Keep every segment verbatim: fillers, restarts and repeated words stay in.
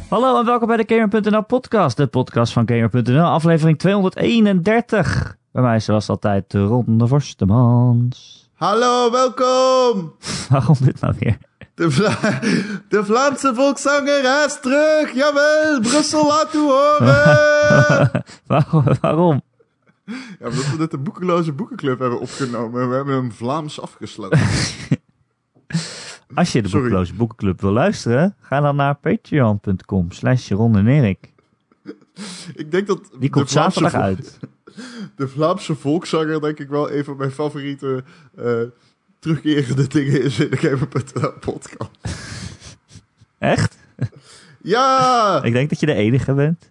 Hallo en welkom bij de Gamer punt n l podcast, de podcast van Gamer punt n l, aflevering tweehonderdeenendertig. Bij mij zoals altijd Ron de Vorstemans. Hallo, welkom! Waarom dit nou weer? De, Vla- de Vlaamse volkszanger is terug, jawel, Brussel laat u horen! Waarom? waarom? Ja, omdat we net de Boekenloze Boekenclub hebben opgenomen en we hebben hem Vlaams afgesloten. Als je de Sorry. Boekeloze Boekenclub wil luisteren, ga dan naar patreon punt com slash Ron en Erik. Ik denk dat Die komt de Vlaamse zaterdag vo- uit. De Vlaamse volkszanger denk ik wel een van mijn favoriete uh, terugkerende dingen is in de Gamer punt n l podcast. Echt? Ja! Ik denk dat je de enige bent.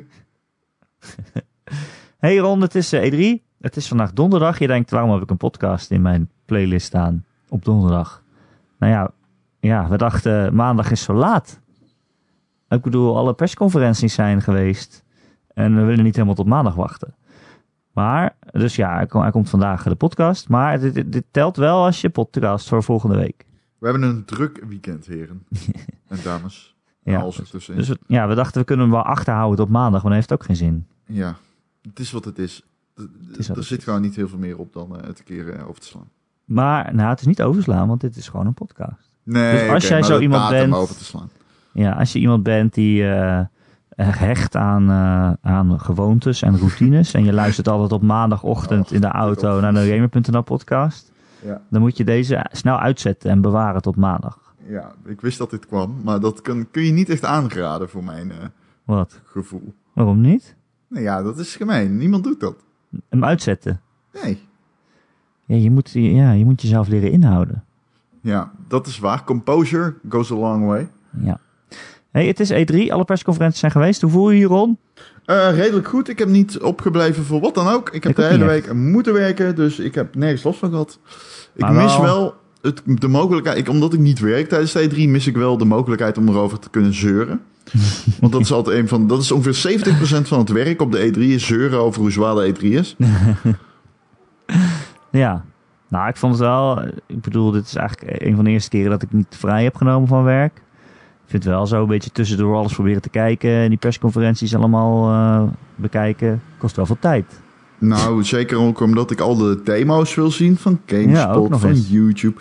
Hey Ron, het is uh, E drie. Het is vandaag donderdag. Je denkt, waarom heb ik een podcast in mijn playlist staan op donderdag? Nou ja, ja, we dachten maandag is zo laat. Ik bedoel, alle persconferenties zijn geweest. En we willen niet helemaal tot maandag wachten. Maar, dus ja, er, kom, er komt vandaag de podcast. Maar dit, dit, dit telt wel als je podcast voor volgende week. We hebben een druk weekend, heren en dames. Ja, Alles ertussenin. dus we, ja, we dachten we kunnen hem wel achterhouden tot maandag, maar dat heeft ook geen zin. Ja, het is wat het is. Het is wat er het zit is. gewoon niet heel veel meer op dan uh, het een keer uh, over te slaan. Maar nou, het is niet overslaan, want dit is gewoon een podcast. Nee, Dus als oké, jij maar zo de iemand datum bent- over te slaan. Ja, als je iemand bent die uh, hecht aan, uh, aan gewoontes en routines en je luistert altijd op maandagochtend Oh, in de auto oh. naar de Gamer punt n l podcast, Ja. dan moet je deze snel uitzetten en bewaren tot maandag. ja, ik wist dat dit kwam, maar dat kan, kun je niet echt aanraden voor mijn uh, Wat? gevoel. Waarom niet? Nee, ja, dat is gemeen. Niemand doet dat. Hem uitzetten. Nee. Ja, je moet, ja, je moet jezelf leren inhouden. Ja, dat is waar. Composure goes a long way. Ja. Hey, het is E drie, alle persconferenties zijn geweest. Hoe voel je je, Ron? Uh, redelijk goed. Ik heb niet opgebleven voor wat dan ook. Ik heb Ik de ook hele niet week moeten werken, dus ik heb nergens last van gehad. Ik Maar mis wel- wel het, de mogelijkheid, ik, omdat ik niet werk tijdens de E drie, mis ik wel de mogelijkheid om erover te kunnen zeuren. Want dat is altijd een van, dat is ongeveer zeventig procent van het werk op de E drie is zeuren over hoe zwaar de E drie is. Ja. Nou, ik vond het wel... Ik bedoel, dit is eigenlijk een van de eerste keren dat ik niet vrij heb genomen van werk. Ik vind het wel zo een beetje tussendoor alles proberen te kijken. En die persconferenties allemaal uh, bekijken. Kost wel veel tijd. Nou, zeker ook omdat ik al de demo's wil zien van Ja, ook GameSpot, nog van eens. YouTube.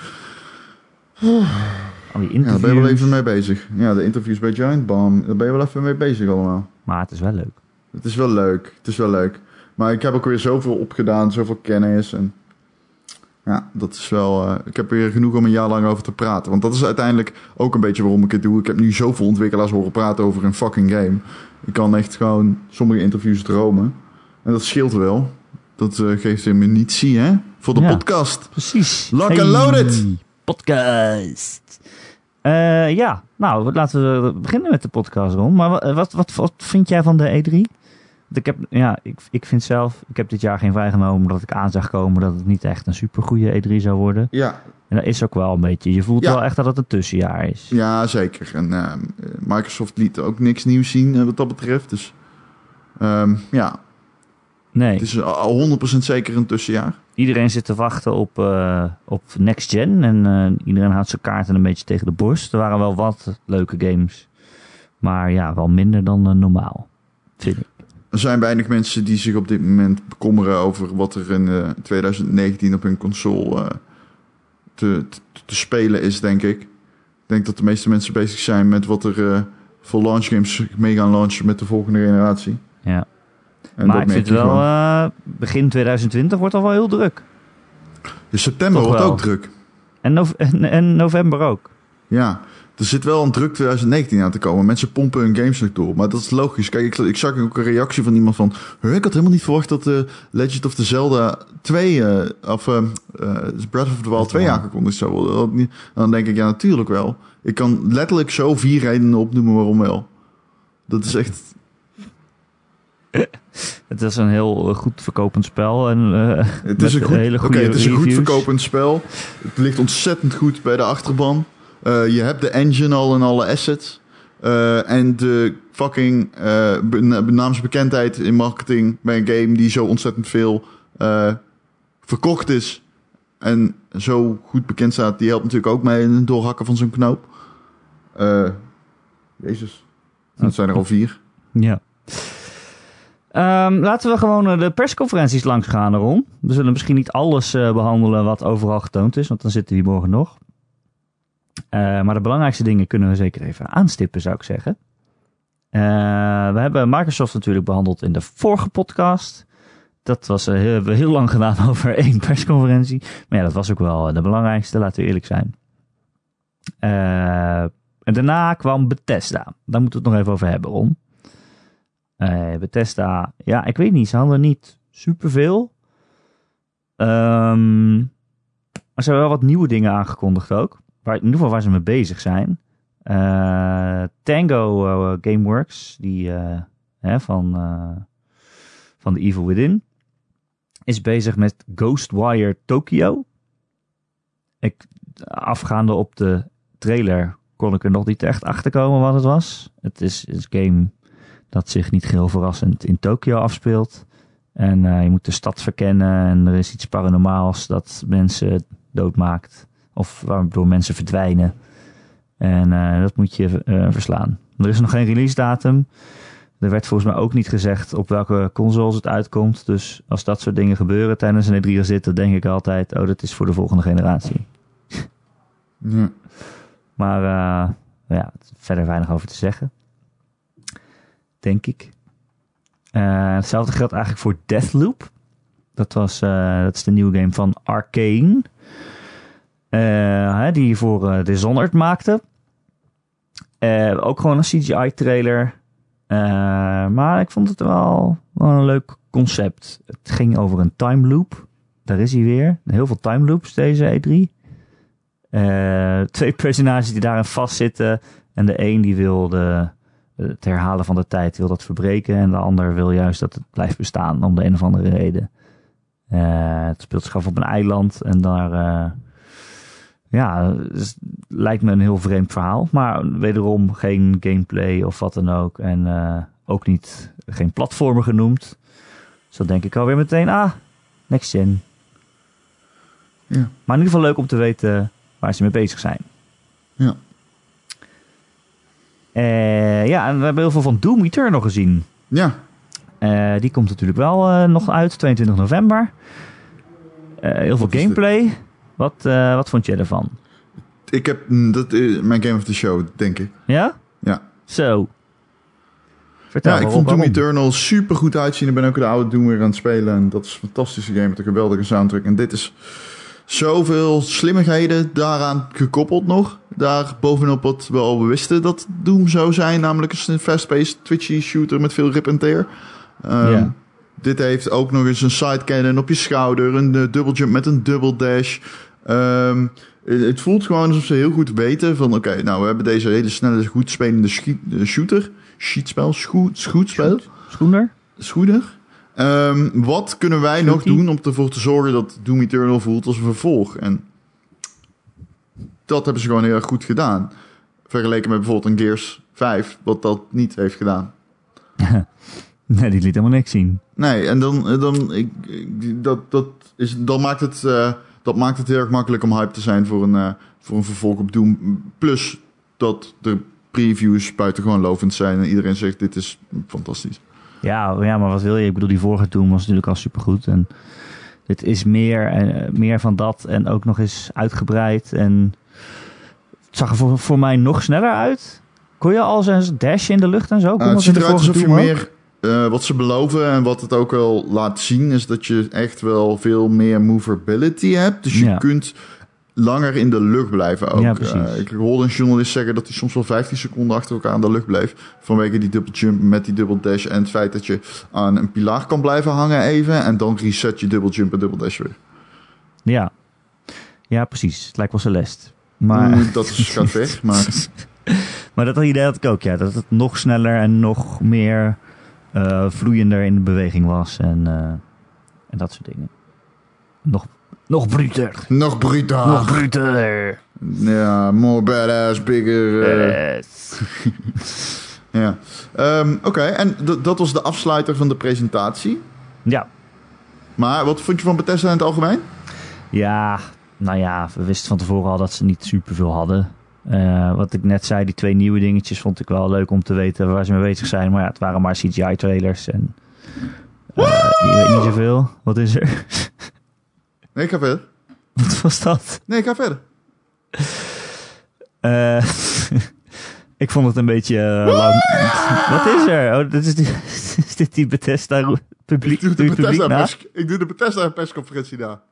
Al die Ja, interviews. daar ben je wel even mee bezig. Ja, de interviews bij Giant Bomb, daar ben je wel even mee bezig allemaal. Maar het is wel leuk. Het is wel leuk, het is wel leuk. Maar ik heb ook weer zoveel opgedaan, zoveel kennis. En ja, dat is wel... Uh, ik heb weer genoeg om een jaar lang over te praten. Want dat is uiteindelijk ook een beetje waarom ik het doe. Ik heb nu zoveel ontwikkelaars horen praten over een fucking game. Ik kan echt gewoon sommige interviews dromen. En dat scheelt wel. Dat uh, geeft hem een niet zie, hè? Voor de Ja. podcast. Precies. Lock and loaded. Podcast. Uh, ja, nou, laten we beginnen met de podcast, Ron. Maar wat, wat, wat, wat vind jij van de E drie? Want ik heb, ja, ik, ik vind zelf, ik heb dit jaar geen vrijgenomen omdat ik aan zag komen dat het niet echt een supergoeie E drie zou worden. Ja, En dat is ook wel een beetje, je voelt Ja. wel echt dat het een tussenjaar is. ja zeker. En uh, Microsoft liet ook niks nieuws zien uh, wat dat betreft. Dus um, ja, Nee, het is al honderd procent zeker een tussenjaar. iedereen zit te wachten op, uh, op Next Gen en uh, iedereen houdt zijn kaarten een beetje tegen de borst. Er waren wel wat leuke games, maar ja, wel minder dan uh, normaal, vind ik. Er zijn weinig mensen die zich op dit moment bekommeren over wat er in uh, twintig negentien op hun console uh, te, te, te spelen is, denk ik. Ik denk dat de meeste mensen bezig zijn met wat er uh, voor launch games mee gaan launchen met de volgende generatie. Ja. En Maar dat ik merk vind je wel, gewoon. uh, begin twintig twintig wordt al wel heel druk. Dus september toch wordt wel. ook druk. En, nove- en, en november ook. Ja, er zit wel een druk twintig negentien aan te komen. Mensen pompen hun games nog door. Maar dat is logisch. Kijk, ik, ik zag ook een reactie van iemand van... "Huh, ik had helemaal niet verwacht dat uh, Legend of the Zelda twee... Uh, of uh, uh, Breath of the Wild twee aangekondigd zou worden. Dat niet- Dan denk ik, ja, natuurlijk wel. Ik kan letterlijk zo vier redenen opnoemen waarom wel. Dat is echt... Het is een heel uh, goed verkopend spel. En, uh, Het is, met een goed, hele oké, goede het is een goed reviews. verkopend spel. Het ligt ontzettend goed bij de achterban. Uh, je hebt de engine al en alle assets. Uh, en de fucking uh, be- naamsbekendheid in marketing bij een game die zo ontzettend veel uh, verkocht is. En zo goed bekend staat, die helpt natuurlijk ook mee in het doorhakken van zo'n knoop. Uh, Jezus. Dat zijn er al vier. Ja. Um, laten we gewoon uh, de persconferenties langs gaan erom. We zullen misschien niet alles uh, behandelen wat overal getoond is, want dan zitten we hier morgen nog. Uh, maar de belangrijkste dingen kunnen we zeker even aanstippen, zou ik zeggen. Uh, we hebben Microsoft natuurlijk behandeld in de vorige podcast. Dat was uh, heel, heel lang gedaan over één persconferentie. Maar ja, dat was ook wel de belangrijkste, laten we eerlijk zijn. Uh, en daarna kwam Bethesda. Daar moeten we het nog even over hebben, Ron. Uh, Bethesda, ja, ik weet niet. Ze hadden niet superveel. Um, maar ze hebben wel wat nieuwe dingen aangekondigd ook. Waar, in ieder geval waar ze mee bezig zijn. Uh, Tango uh, Gameworks, die uh, hè, van, uh, van The Evil Within, is bezig met Ghostwire Tokyo. Ik, afgaande op de trailer kon ik er nog niet echt achter komen wat het was. Het is, is een game dat zich niet geheel verrassend in Tokyo afspeelt. En uh, je moet de stad verkennen en er is iets paranormaals dat mensen doodmaakt. Of waardoor mensen verdwijnen. En uh, dat moet je uh, verslaan. Er is nog geen release datum. Er werd volgens mij ook niet gezegd op welke consoles het uitkomt. Dus als dat soort dingen gebeuren tijdens een E drie zit, dan denk ik altijd, oh, dat is voor de volgende generatie. Ja. Maar uh, ja, verder weinig over te zeggen. Denk ik. Uh, hetzelfde geldt eigenlijk voor Deathloop. Dat, was, uh, dat is de nieuwe game van Arcane. Uh, hè, die voor uh, Dishonored maakte. Uh, ook gewoon een C G I-trailer. Uh, maar ik vond het wel, wel een leuk concept. Het ging over een time loop. Daar is hij weer. Heel veel time loops deze E drie. Uh, twee personages die daarin vastzitten. En de een die wil de, het herhalen van de tijd wil dat verbreken. En de ander wil juist dat het blijft bestaan om de een of andere reden. Uh, het speelt zich af op een eiland. En daar... Uh, Ja, het lijkt me een heel vreemd verhaal. Maar wederom geen gameplay of wat dan ook. En uh, ook niet, geen platformer genoemd. Dus dan denk ik alweer meteen, ah, next gen. Ja. Maar in ieder geval leuk om te weten waar ze mee bezig zijn. Ja. Uh, ja, en we hebben heel veel van Doom Eternal gezien. Ja. Uh, die komt natuurlijk wel uh, nog uit, tweeëntwintig november. Uh, heel veel gameplay. Wat, uh, wat vond je ervan? Ik heb... Dat is mijn game of the show, denk ik. Ja? Ja. Zo. Vertel ja, ik waarom, vond Doom waarom? Eternal super goed uitzien. Ik ben ook de oude Doom weer aan het spelen. En dat is een fantastische game met een geweldige soundtrack. En dit is zoveel slimmigheden daaraan gekoppeld nog. Daar bovenop wat we al wisten dat Doom zou zijn. Namelijk een fast-paced, twitchy shooter met veel rip en tear. Um, ja. Dit heeft ook nog eens een side cannon op je schouder. Een uh, double jump met een double dash. Um, het voelt gewoon alsof ze heel goed weten van... Oké, okay, nou, we hebben deze hele snelle, goed spelende schi- uh, shooter. Schietspel, scho- schoetspel. Schoener? Schoeder. Um, wat kunnen wij nog doen om ervoor te zorgen dat Doom Eternal voelt als een vervolg? En dat hebben ze gewoon heel erg goed gedaan. Vergeleken met bijvoorbeeld een Gears vijf, wat dat niet heeft gedaan. Nee, die liet helemaal niks zien. Nee, en dan, dan, ik, ik, dat, dat is, dan maakt het, uh, dat maakt het heel erg makkelijk om hype te zijn voor een, uh, voor een vervolg op Doom. Plus dat de previews buitengewoon lovend zijn en iedereen zegt dit is fantastisch. Ja, ja, maar wat wil je? Ik bedoel, die vorige Doom was natuurlijk al supergoed. En dit is meer, uh, meer van dat en ook nog eens uitgebreid. En het zag er voor, voor mij nog sneller uit. Kon je al zo'n dash in de lucht en zo? Uh, het ziet eruit alsof je meer... Uh, wat ze beloven en wat het ook wel laat zien... is dat je echt wel veel meer movability hebt. Dus je ja. kunt langer in de lucht blijven ook. Ja, precies. Uh, ik hoorde een journalist zeggen dat hij soms wel vijftien seconden achter elkaar in de lucht bleef. Vanwege die double jump met die double dash. En het feit dat je aan een pilaar kan blijven hangen even. En dan reset je double jump en double dash weer. Ja, ja precies. Het lijkt wel Celeste. Maar... Mm, dat is, gaat weg, maar... maar dat idee had ik ook, ja. Dat het nog sneller en nog meer... Uh, vloeiender in de beweging was en, uh, en dat soort dingen. Nog, nog bruter. Nog bruter. Nog bruter. Ja, more badass, bigger. Uh. Yes. ja. Um, Oké, okay. en d- dat was de afsluiter van de presentatie. Ja. Maar wat vond je van Bethesda in het algemeen? Ja, nou ja, we wisten van tevoren al dat ze niet superveel hadden. Uh, wat ik net zei, die twee nieuwe dingetjes vond ik wel leuk om te weten waar ze mee bezig zijn. Maar ja, het waren maar C G I-trailers en uh, je weet niet zoveel. Wat is er? Nee, ik ga verder. Wat was dat? Nee, ik ga verder. Uh, ik vond het een beetje uh, lang. Wat is er? Oh, dit is, die, is dit die Bethesda publiek? Ik doe de Bethesda, na? pers, ik doe de Bethesda persconferentie na.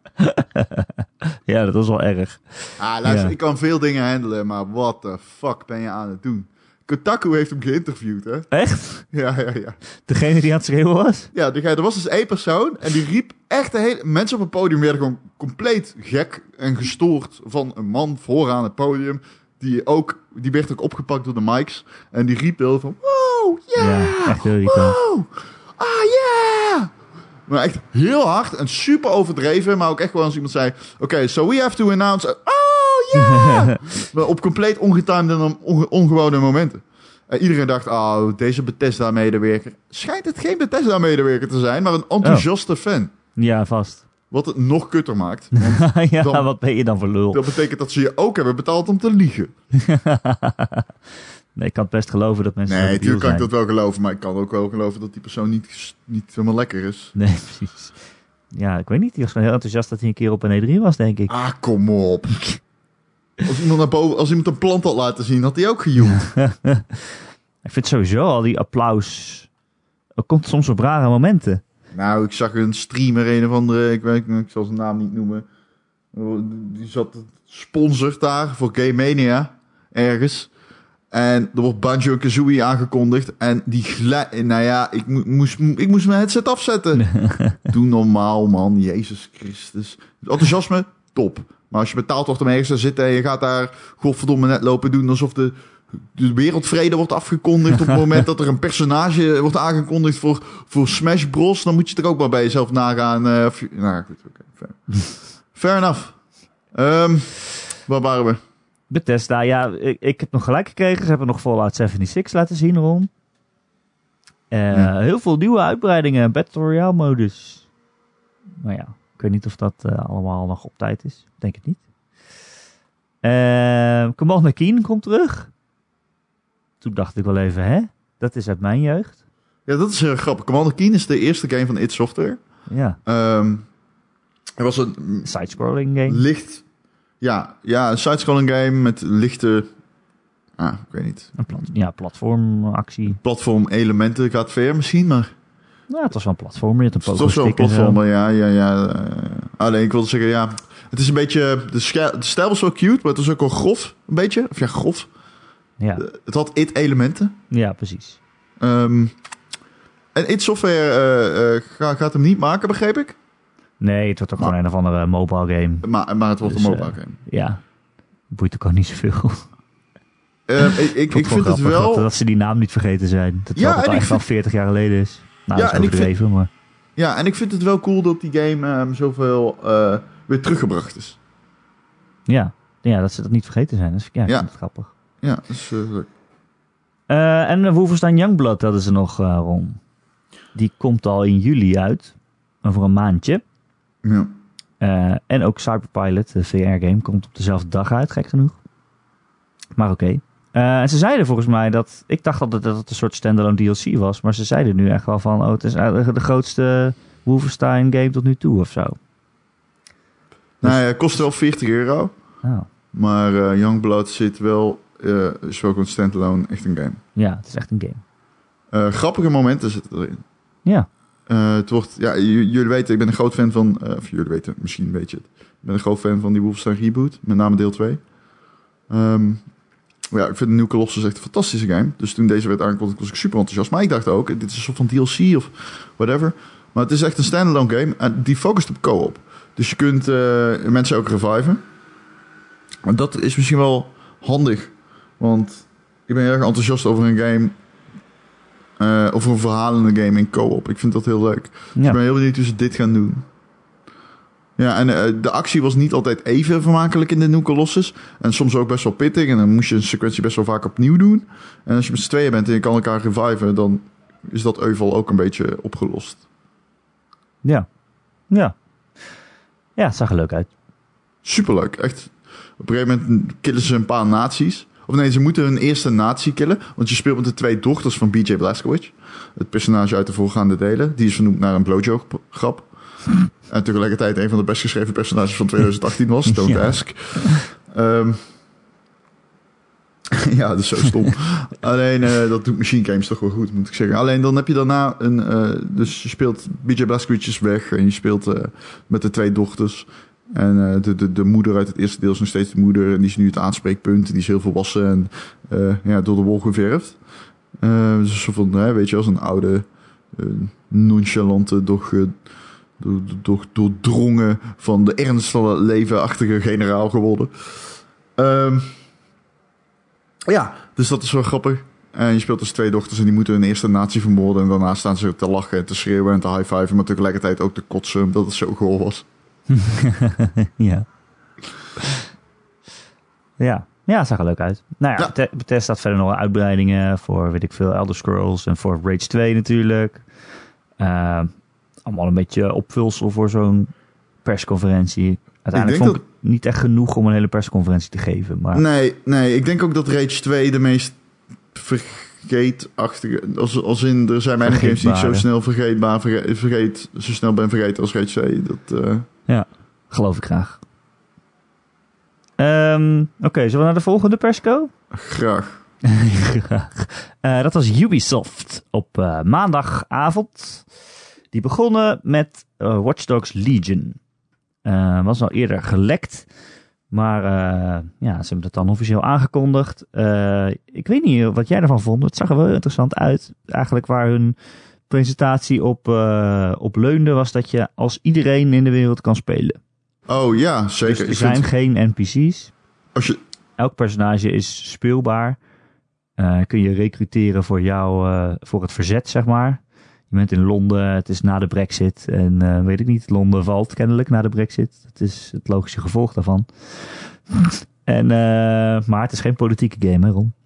Ja, dat was wel erg. Ah, luister, Ja. ik kan veel dingen handelen, maar what the fuck ben je aan het doen? Kotaku heeft hem geïnterviewd, hè? Echt? Ja, ja, ja. Degene die aan het schreeuwen was? Ja, die, er was dus één persoon en die riep echt de hele... Mensen op het podium werden gewoon compleet gek en gestoord van een man vooraan het podium. Die ook, die werd ook opgepakt door de mics. En die riep heel van, wow, yeah, Ja, echt heel irritant. wow, ah, yeah. Maar echt heel hard en super overdreven. Maar ook echt gewoon als iemand zei, oké, okay, so we have to announce... Oh, yeah! Maar op compleet ongetimede en onge- ongewone momenten. En iedereen dacht, oh, deze Bethesda-medewerker... Schijnt het geen Bethesda-medewerker te zijn, maar een enthousiaste oh. fan. Ja, vast. Wat het nog kutter maakt. Want ja, dan, wat ben je dan voor lul? Dat betekent dat ze je ook hebben betaald om te liegen. Nee, ik kan het best geloven dat mensen... Nee, natuurlijk kan ik dat wel geloven. Maar ik kan ook wel geloven dat die persoon niet, niet helemaal lekker is. Nee, precies. Ja, ik weet niet. Die was gewoon heel enthousiast dat hij een keer op een E drie was, denk ik. Ah, kom op. Als iemand, naar boven, als iemand een plant had laten zien, had hij ook gejoeld. Ik vind sowieso al die applaus... Er komt soms op rare momenten. Nou, ik zag een streamer, een of andere... Ik, weet, ik zal zijn naam niet noemen. Die zat sponsord daar voor Game Mania. Ergens. En er wordt Banjo-Kazooie aangekondigd. En die glij... Nou ja, ik, mo- moest, ik moest mijn headset afzetten. Doe normaal, man. Jezus Christus. Enthousiasme, top. Maar als je betaald wordt om ergens te zitten... en je gaat daar godverdomme net lopen doen... alsof de, de wereldvrede wordt afgekondigd... op het moment dat er een personage wordt aangekondigd... voor, voor Smash Bros... dan moet je er ook maar bij jezelf nagaan. Uh, of je, nou goed, oké. Okay, fair. fair enough. Um, waar waren we? Bethesda, ja, ik, ik heb nog gelijk gekregen. Ze hebben nog Fallout zevenenzeventig laten zien, Ron. Uh, ja. Heel veel nieuwe uitbreidingen. Battle Royale modus. Maar ja, ik weet niet of dat uh, allemaal nog op tijd is. Ik denk het niet. Uh, Commander Keen komt terug. Toen dacht ik wel even, hè? Dat is uit mijn jeugd. Ja, dat is heel grappig. Commander Keen is de eerste game van id Software. Ja. Um, er was een... Side-scrolling game. Licht... Ja, ja, een side-scrolling game met lichte... Ah, ik weet niet. Een plat, ja, platformactie. Platform-elementen gaat ver misschien, maar... Nou, het was wel een platformer. Je had een het was wel een platformer, ja, ja, ja. Uh, alleen, ik wilde zeggen, ja... Het is een beetje... De, scha- de stijl was wel cute, maar het was ook wel grof. Een beetje. Of ja, grof. Ja. Uh, het had id-elementen. Ja, precies. Um, en id Software uh, uh, gaat, gaat hem niet maken, begreep ik? Nee, het wordt ook maar, gewoon een of andere mobile game. Maar, maar het wordt dus, een mobile uh, game. Ja. Boeit ook al niet zoveel. Uh, ik ik, ik vind het wel... Dat, dat ze die naam niet vergeten zijn. Dat ja, het eigenlijk vind... al veertig jaar geleden is. Nou, ja, dat is overdreven, vind... maar... Ja, en ik vind het wel cool dat die game um, zoveel uh, weer teruggebracht is. Ja. Ja, dat ze dat niet vergeten zijn. Dat is, ja, ik ja. vind het grappig. Ja, dat is uh, leuk. Uh, en Wolfenstein Youngblood hadden ze nog, uh, Ron. Die komt al in juli uit. Over een maandje. Ja. Uh, en ook Cyberpilot, de V R-game, komt op dezelfde dag uit, gek genoeg. Maar oké. Okay. Uh, en ze zeiden volgens mij dat... Ik dacht altijd dat het een soort standalone D L C was. Maar ze zeiden nu echt wel van... Oh, het is eigenlijk de grootste Wolfenstein-game tot nu toe of zo. Nou dus, ja, het kost wel veertig euro. Oh. Maar uh, Youngblood zit wel... Uh, is wel gewoon standalone echt een game. Ja, het is echt een game. Uh, grappige momenten zitten erin. Ja. Uh, het wordt, ja, j- jullie weten, ik ben een groot fan van... Uh, of jullie weten, misschien weet je het. Ik ben een groot fan van die Wolfenstein Reboot. Met name deel twee. Um, ja, ik vind New Colossus echt een fantastische game. Dus toen deze werd aangekondigd, was ik super enthousiast. Maar ik dacht ook, dit is een soort van D L C of whatever. Maar het is echt een standalone game. En die focust op co-op. Dus je kunt uh, mensen ook reviven. Maar dat is misschien wel handig. Want ik ben erg enthousiast over een game... Uh, over een verhalende game in co-op. Ik vind dat heel leuk. Ja. Dus ik ben heel benieuwd hoe ze dit gaan doen. Ja, en uh, de actie was niet altijd even vermakelijk in de New Colossus. En soms ook best wel pittig. En dan moest je een sequentie best wel vaak opnieuw doen. En als je met z'n tweeën bent en je kan elkaar reviven... dan is dat euvel ook een beetje opgelost. Ja. Ja. Ja, het zag er leuk uit. Superleuk. Echt. Op een gegeven moment killen ze een paar nazi's. Of nee, ze moeten hun eerste nazi killen. Want je speelt met de twee dochters van B J Blazkowicz. Het personage uit de voorgaande delen. Die is vernoemd naar een blowjob-grap. En tegelijkertijd een van de best geschreven personages van twintig achttien was. Don't ja. ask. Um, ja, dat is zo stom. Alleen, uh, dat doet Machine Games toch wel goed, moet ik zeggen. Alleen dan heb je daarna een... Uh, dus je speelt... B J Blazkowicz is weg. En je speelt uh, met de twee dochters. En uh, de, de, de moeder uit het eerste deel is nog steeds de moeder. En die is nu het aanspreekpunt. Die is heel volwassen en uh, ja, door de wol geverfd. Uh, dus een soort van, uh, weet je, als een oude, uh, nonchalante, doch... Uh, Door, door, doordrongen van de ernst van het leven-achtige generaal geworden. Um, ja, dus dat is wel grappig. En je speelt dus twee dochters en die moeten hun eerste nazi vermoorden. En daarna staan ze te lachen en te schreeuwen en te high-fiven. Maar tegelijkertijd ook te kotsen omdat het zo goor was. ja. ja. Ja, het zag er leuk uit. Nou ja, ja. Bethesda staat verder nog uitbreidingen voor, weet ik veel, Elder Scrolls en voor Rage twee natuurlijk. Uh, allemaal een beetje opvulsel voor zo'n persconferentie. Uiteindelijk ik vond ik dat... het niet echt genoeg om een hele persconferentie te geven. Maar... Nee, nee, ik denk ook dat Rage twee de meest vergeetachtige... Als, als in, er zijn weinig games die ik zo snel vergeetbaar vergeet, vergeet, zo snel ben vergeten als Rage twee. Dat, uh... Ja, geloof ik graag. Um, Oké, okay, zullen we naar de volgende persco? Graag. graag. Uh, dat was Ubisoft op uh, maandagavond. Die begonnen met uh, Watch Dogs Legion. Uh, was al eerder gelekt. Maar uh, ja, ze hebben het dan officieel aangekondigd. Uh, ik weet niet wat jij ervan vond. Het zag er wel interessant uit. Eigenlijk waar hun presentatie op, uh, op leunde was dat je als iedereen in de wereld kan spelen. Oh ja, zeker. Dus er zijn vind... geen N P C's. Als je... Elk personage is speelbaar. Uh, kun je recruteren voor jou, uh, voor het verzet, zeg maar. Je bent in Londen, het is na de Brexit. En uh, weet ik niet, Londen valt kennelijk na de Brexit. Het is het logische gevolg daarvan. en, uh, maar het is geen politieke game, hè Ron?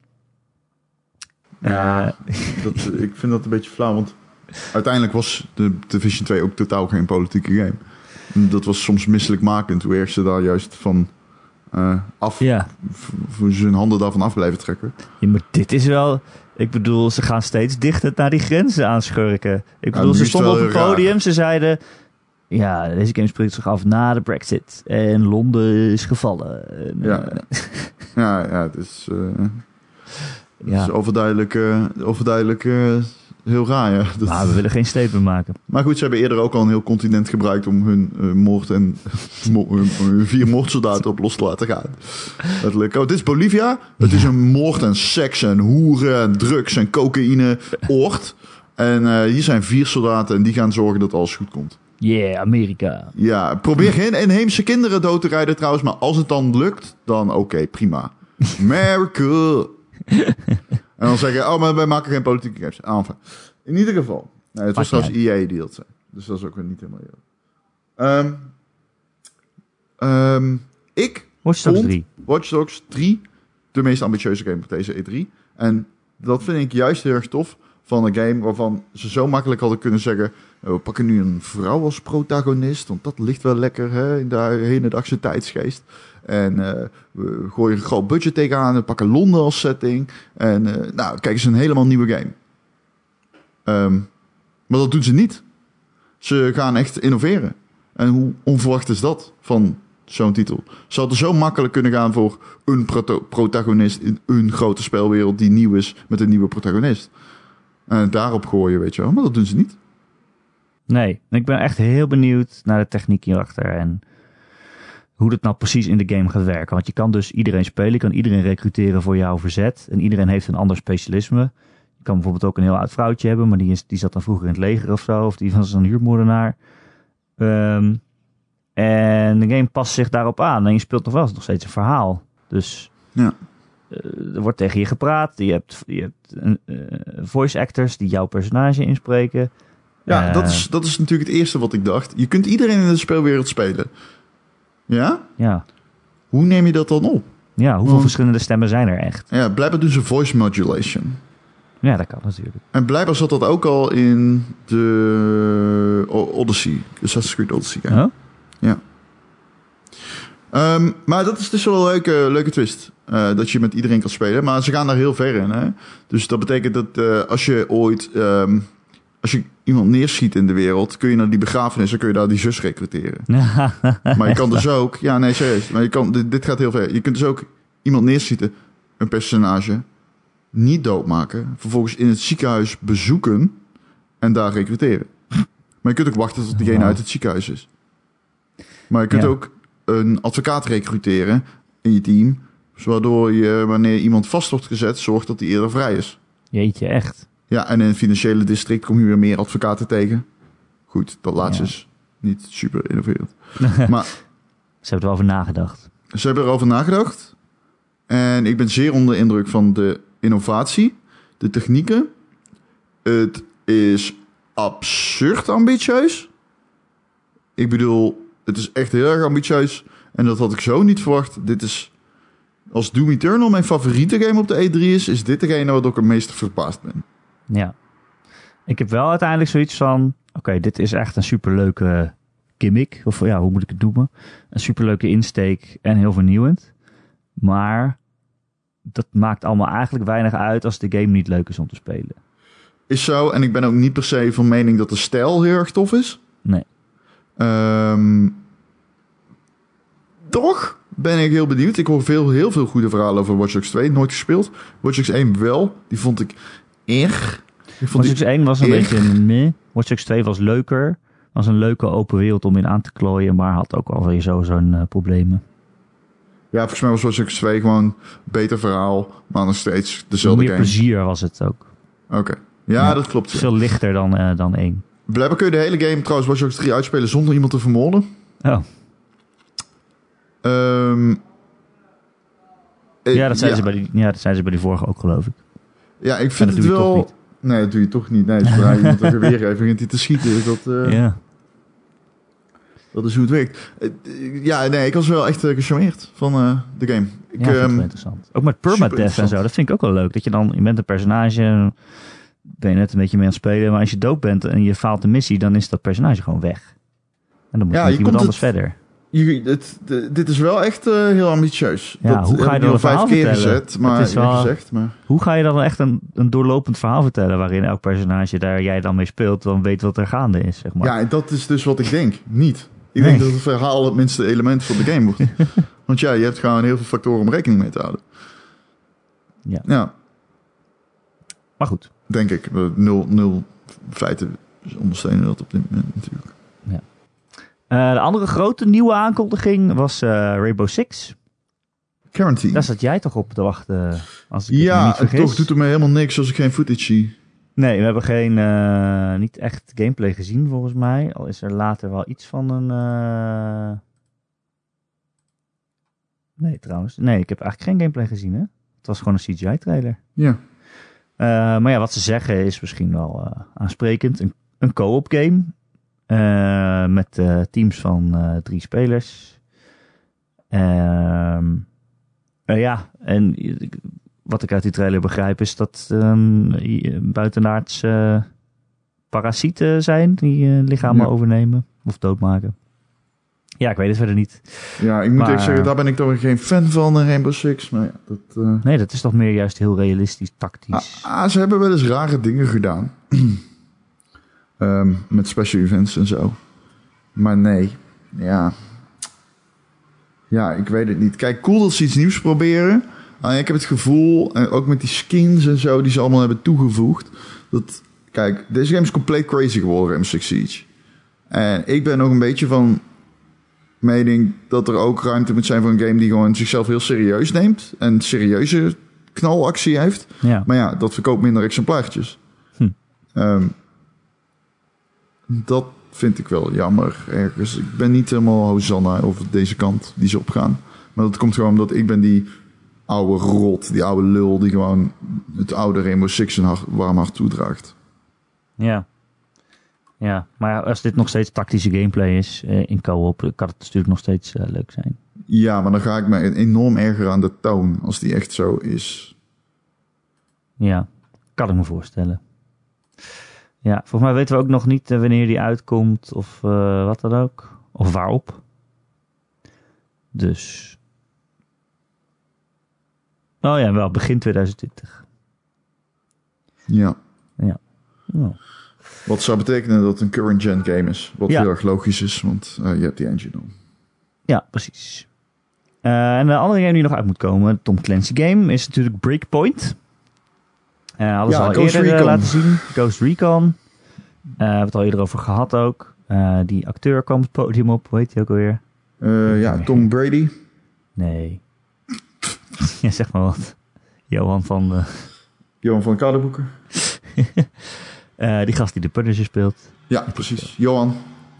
Ja, uh, dat, ik vind dat een beetje flauw. Want uiteindelijk was de Division twee ook totaal geen politieke game. Dat was soms misselijkmakend hoe erg ze daar juist van uh, af... Ja. Hoe ze hun handen daarvan af blijven trekken. Ja, maar dit is wel... Ik bedoel, ze gaan steeds dichter naar die grenzen aanschurken. Ik bedoel, ja, ze stonden op een podium, raar. Ze zeiden... Ja, deze game speelt zich af na de Brexit. En Londen is gevallen. En, ja. Uh... ja, ja, het is... Uh, ja. Het is overduidelijk, uh, overduidelijk uh, heel raar, ja. Dat... Maar we willen geen statement maken. Maar goed, ze hebben eerder ook al een heel continent gebruikt... om hun uh, moord en hun, hun vier moordsoldaten op los te laten gaan. Letterlijk. Oh, dit is Bolivia. Het ja. is een moord en seks en hoeren en drugs en cocaïne oord. En uh, hier zijn vier soldaten en die gaan zorgen dat alles goed komt. Yeah, Amerika. Ja, probeer geen inheemse kinderen dood te rijden trouwens. Maar als het dan lukt, dan oké, okay, prima. America. En dan zeggen, oh, maar wij maken geen politieke games. Enfin. In ieder geval. Nee, het was trouwens E A die dat zei. Dus dat is ook weer niet helemaal heel. Um, um, ik Watch Dogs drie. Watch Dogs drie de meest ambitieuze game op deze E drie. En dat vind ik juist heel erg tof van een game waarvan ze zo makkelijk hadden kunnen zeggen... we pakken nu een vrouw als protagonist, want dat ligt wel lekker hè, in de hedendaagse tijdsgeest. En uh, we gooien een groot budget tegenaan, we pakken Londen als setting. En uh, nou, kijk eens, een helemaal nieuwe game. Um, maar dat doen ze niet. Ze gaan echt innoveren. En hoe onverwacht is dat van zo'n titel? Ze hadden zo makkelijk kunnen gaan voor een proto- protagonist in een grote spelwereld die nieuw is met een nieuwe protagonist. En daarop gooien, weet je wel. Maar dat doen ze niet. Nee, ik ben echt heel benieuwd naar de techniek hierachter en hoe dat nou precies in de game gaat werken. Want je kan dus iedereen spelen, je kan iedereen recruteren voor jouw verzet en iedereen heeft een ander specialisme. Je kan bijvoorbeeld ook een heel oud vrouwtje hebben, maar die, is, die zat dan vroeger in het leger of zo, of die was een huurmoordenaar. Um, en de game past zich daarop aan en je speelt nog wel nog steeds een verhaal. Dus ja. uh, er wordt tegen je gepraat, je hebt, je hebt uh, voice actors die jouw personage inspreken. Ja, uh, dat, is, dat is natuurlijk het eerste wat ik dacht. Je kunt iedereen in de speelwereld spelen. Ja? Ja. Hoe neem je dat dan op? Ja, hoeveel Want, verschillende stemmen zijn er echt? Ja, blijkbaar doen ze voice modulation. Ja, dat kan natuurlijk. En blijkbaar zat dat ook al in de Odyssey. Assassin's Creed Odyssey. Ja. Oh? Ja. Um, maar dat is dus wel een leuke, leuke twist. Uh, dat je met iedereen kan spelen. Maar ze gaan daar heel ver in. Hè? Dus dat betekent dat uh, als je ooit... Um, als je iemand neerschiet in de wereld... kun je naar die begrafenis... dan kun je daar die zus recruteren. Maar je kan dus ook... Ja, nee, serieus. Maar je kan, dit, dit gaat heel ver. Je kunt dus ook iemand neerschieten... een personage... niet doodmaken... vervolgens in het ziekenhuis bezoeken... en daar recruteren. Maar je kunt ook wachten tot diegene wow. uit het ziekenhuis is. Maar je kunt ja. ook een advocaat recruteren... in je team... waardoor je, wanneer iemand vast wordt gezet... zorgt dat hij eerder vrij is. Jeetje, echt? Ja, en in het financiële district kom je weer meer advocaten tegen. Goed, dat laatste ja. is niet super innoverend. Maar ze hebben er wel over nagedacht. Ze hebben erover nagedacht. En ik ben zeer onder de indruk van de innovatie. De technieken. Het is absurd ambitieus. Ik bedoel, het is echt heel erg ambitieus. En dat had ik zo niet verwacht. Dit is... Als Doom Eternal mijn favoriete game op de E drie is... is dit degene waar ik het meest verbaasd ben. Ja. Ik heb wel uiteindelijk zoiets van... Oké, okay, dit is echt een superleuke gimmick. Of ja, hoe moet ik het noemen? Een superleuke insteek en heel vernieuwend. Maar dat maakt allemaal eigenlijk weinig uit... als de game niet leuk is om te spelen. Is zo. En ik ben ook niet per se van mening dat de stijl heel erg tof is. Nee. Um, toch ben ik heel benieuwd. Ik hoor veel, heel veel goede verhalen over Watch Dogs twee. Nooit gespeeld. Watch Dogs één wel. Die vond ik erg. Ik vond Watch Dogs één was een erg. beetje meh. Watch Dogs twee was leuker. Was een leuke open wereld om in aan te klooien. Maar had ook alweer zo zo'n uh, problemen. Ja, volgens mij was Watch Dogs twee gewoon een beter verhaal. Maar nog steeds dezelfde meer game. Meer plezier was het ook. Oké. Okay. Ja, ja, dat klopt. Ja. Veel lichter dan, uh, dan één. Blijkbaar kun je de hele game trouwens Watch Dogs drie uitspelen zonder iemand te vermoorden. Oh. Um, ja, dat zijn ja. ze bij die, ja, dat zijn ze bij die vorige ook, geloof ik. Ja, ik vind het wel... Nee, dat doe je toch niet. Nee, zodra iemand een geweer heeft, begint hij te schieten. Dus dat, uh, ja. dat is hoe het werkt. Uh, ja, nee, ik was wel echt uh, gecharmeerd van uh, de game. Ik, ja, vind um, het wel interessant. Ook met permadeath en zo, dat vind ik ook wel leuk. Dat je dan, je bent een personage, ben je net een beetje mee aan het spelen, maar als je dood bent en je faalt de missie, dan is dat personage gewoon weg. En dan moet ja, je met iemand anders het, verder. Je, het, de, dit is wel echt uh, heel ambitieus. Ja, dat hoe ga je dan al vijf keer vertellen? gezet, maar, is wel, gezegd, maar... Hoe ga je dan echt een, een doorlopend verhaal vertellen waarin elk personage daar jij dan mee speelt, dan weet wat er gaande is, zeg maar. Ja, dat is dus wat ik denk. Niet. Ik nee. denk dat het verhaal het minste element van de game wordt. Want ja, je hebt gewoon heel veel factoren om rekening mee te houden. Ja. Ja. Maar goed. Denk ik. Nul, nul feiten ondersteunen dat op dit moment natuurlijk. Ja. Uh, de andere grote nieuwe aankondiging was uh, Rainbow Six. Quarantine. Daar zat jij toch op te wachten, als ik ja, het niet vergis. toch doet het me helemaal niks als ik geen footage zie. Nee, we hebben geen, uh, niet echt gameplay gezien volgens mij. Al is er later wel iets van een... Uh... Nee, trouwens. Nee, ik heb eigenlijk geen gameplay gezien, hè. Het was gewoon een C G I-trailer. Ja. Uh, maar ja, wat ze zeggen is misschien wel uh, aansprekend. Een, een co-op game. Uh, met uh, teams van uh, drie spelers. Uh, uh, ja, en wat ik uit die trailer begrijp is dat um, buitenaards uh, parasieten zijn die uh, lichamen ja. overnemen of doodmaken. Ja, ik weet het verder niet. Ja, ik moet maar, echt zeggen, daar ben ik toch geen fan van, uh, Rainbow Six. Maar ja, dat, uh... Nee, dat is toch meer juist heel realistisch, tactisch. Ah, ah, ze hebben wel eens rare dingen gedaan. um, met special events en zo. Maar nee, ja... Ja, ik weet het niet. Kijk, cool dat ze iets nieuws proberen. Uh, ik heb het gevoel, en ook met die skins en zo die ze allemaal hebben toegevoegd. Dat, kijk, deze game is compleet crazy geworden, Rainbow Six Siege. En ik ben nog een beetje van mening dat er ook ruimte moet zijn voor een game die gewoon zichzelf heel serieus neemt. En serieuze knalactie heeft. Ja. Maar ja, dat verkoopt minder exemplaartjes. Hm. Um, dat vind ik wel jammer ergens. Ik ben niet helemaal Hosanna over deze kant die ze opgaan. Maar dat komt gewoon omdat ik ben die oude rot, die oude lul die gewoon het oude Rainbow Six een hart, warm hart toedraagt. Ja. Ja, maar als dit nog steeds tactische gameplay is uh, in co-op, kan het natuurlijk nog steeds uh, leuk zijn. Ja, maar dan ga ik me enorm erger aan de toon als die echt zo is. Ja, kan ik me voorstellen. Ja, volgens mij weten we ook nog niet uh, wanneer die uitkomt of uh, wat dan ook. Of waarop. Dus... Oh ja, wel begin twintig twintig. Ja. Ja. Oh. Wat zou betekenen dat het een current-gen game is. Wat Ja. heel erg logisch is, want uh, je hebt die engine al. Ja, precies. Uh, en de andere game die nog uit moet komen, Tom Clancy game, is natuurlijk Breakpoint. Uh, hadden Ja, ze al Ghost eerder uh, Recon. laten zien. Ghost Recon. Uh, we hebben het al eerder over gehad ook. Uh, die acteur kwam het podium op. Hoe heet hij ook alweer? Uh, ja, Tom Brady. Nee. Ja, zeg maar wat. Johan van... De... Johan van Koudenboeken. uh, die gast die de Punisher speelt. Ja, precies. Johan.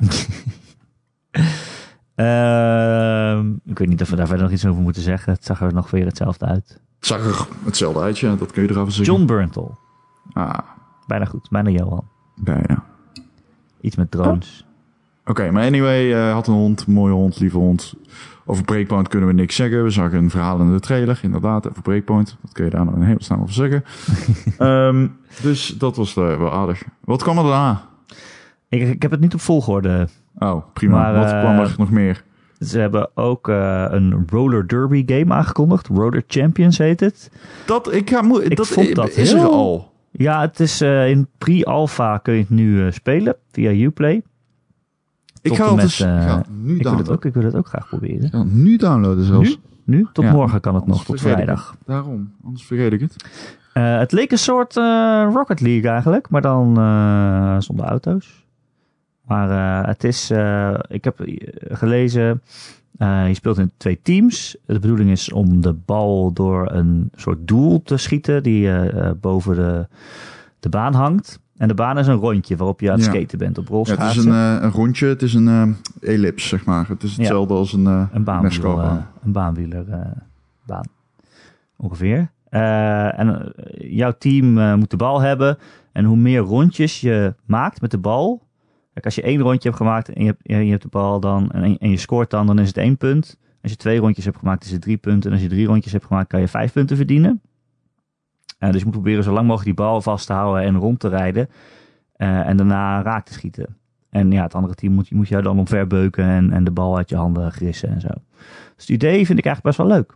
Uh, ik weet niet of we daar verder nog iets over moeten zeggen. Het zag er nog weer hetzelfde uit. Het zag er hetzelfde uit, ja. Dat kun je ervan zeggen. John Bernthal. Ah, Bijna goed. Bijna Johan. bijna. Iets met drones. Oké, okay, maar anyway, uh, had een hond, een mooie hond, lieve hond. Over Breakpoint kunnen we niks zeggen. We zagen een verhaal in de trailer, inderdaad, over Breakpoint. Wat kun je daar nou een hele snel over zeggen? um, dus dat was uh, wel aardig. Wat kwam er daarna? Ik, ik heb het niet op volgorde. Oh, prima. Maar, Wat uh, kwam er nog meer? Ze hebben ook uh, een roller derby game aangekondigd. Roller Champions heet het. Dat, ik ga, mo- Ik dat vond dat is heel... er al. Ja, het is uh, in pre-alpha kun je het nu uh, spelen via Uplay. Ik Tot ga en het met, dus, uh, ik ga het nu ik wil het downloaden. ook, ik wil het ook graag proberen. Ik ga het nu downloaden zelfs. Nu? Nu? Tot Ja, morgen kan het nog, anders tot vergeet ik vrijdag. het. Daarom, anders vergeet ik het. Uh, het leek een soort uh, Rocket League eigenlijk, maar dan uh, zonder auto's. Maar uh, het is, uh, ik heb gelezen, uh, je speelt in twee teams. De bedoeling is om de bal door een soort doel te schieten die uh, boven de, de baan hangt. En de baan is een rondje waarop je aan het Ja. skaten bent op Ja, rolschaatsen. het is een, uh, een rondje, het is een uh, ellips, zeg maar. Het is hetzelfde ja. als een, uh, een baanwieler, NASCAR-baan. uh, een baanwieler uh, baan. Ongeveer. Uh, en uh, jouw team uh, moet de bal hebben. En hoe meer rondjes je maakt met de bal. Kijk, als je één rondje hebt gemaakt en je hebt, je hebt de bal dan en, en je scoort dan, dan is het één punt. Als je twee rondjes hebt gemaakt, is het drie punten. En als je drie rondjes hebt gemaakt, kan je vijf punten verdienen. Uh, dus je moet proberen zo lang mogelijk die bal vast te houden en rond te rijden. Uh, en daarna raak te schieten. En ja, het andere team moet, moet jou dan omverbeuken en, en de bal uit je handen grissen en zo. Dus het idee vind ik eigenlijk best wel leuk.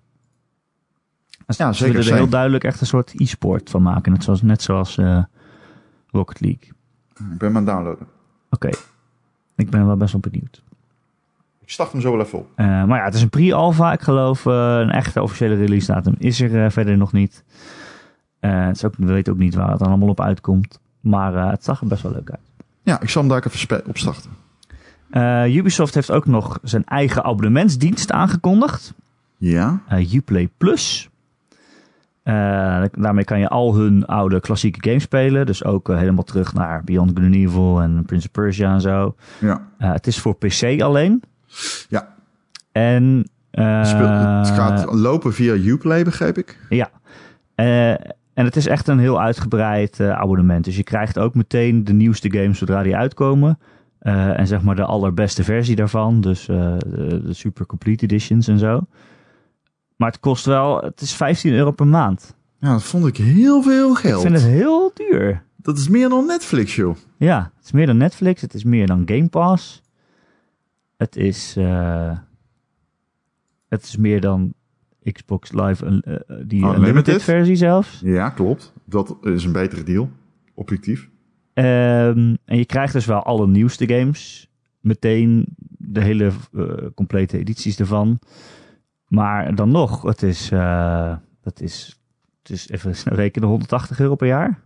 Dus ja, ze zeker. willen er heel duidelijk echt een soort e-sport van maken. Net zoals, net zoals uh, Rocket League. Ik ben maar aan het downloaden. Oké. Okay. Ik ben wel best wel benieuwd. Ik start hem zo wel even op. Uh, maar ja, het is een pre-alpha. Ik geloof uh, een echte officiële release datum is er uh, verder nog niet. Uh, het is ook, we weten ook niet waar het dan allemaal op uitkomt. Maar uh, het zag er best wel leuk uit. Ja, ik zal hem daar even spe- op starten. Uh, Ubisoft heeft ook nog zijn eigen abonnementsdienst aangekondigd. Ja. Uh, Uplay Plus. Uh, daarmee kan je al hun oude klassieke games spelen. Dus ook uh, helemaal terug naar Beyond Good and Evil en Prince of Persia en zo. Ja. Uh, het is voor P C alleen. Ja. En uh, Speel, het gaat lopen via Uplay, begreep ik. Ja. Uh, en het is echt een heel uitgebreid uh, abonnement. Dus je krijgt ook meteen de nieuwste games zodra die uitkomen. Uh, en zeg maar de allerbeste versie daarvan. Dus uh, de, de Super Complete Editions en zo. Maar het kost wel, het is vijftien euro per maand. Ja, dat vond ik heel veel geld. Ik vind het heel duur. Dat is meer dan Netflix, joh. Ja, het is meer dan Netflix. Het is meer dan Game Pass. Het is, uh, het is meer dan Xbox Live, uh, die Unlimited. Unlimited versie zelfs. Ja, klopt. Dat is een betere deal. Objectief. Um, en je krijgt dus wel alle nieuwste games. Meteen de hele uh, complete edities ervan. Maar dan nog, het is, uh, het is, het is even snel rekenen, honderdtachtig euro per jaar.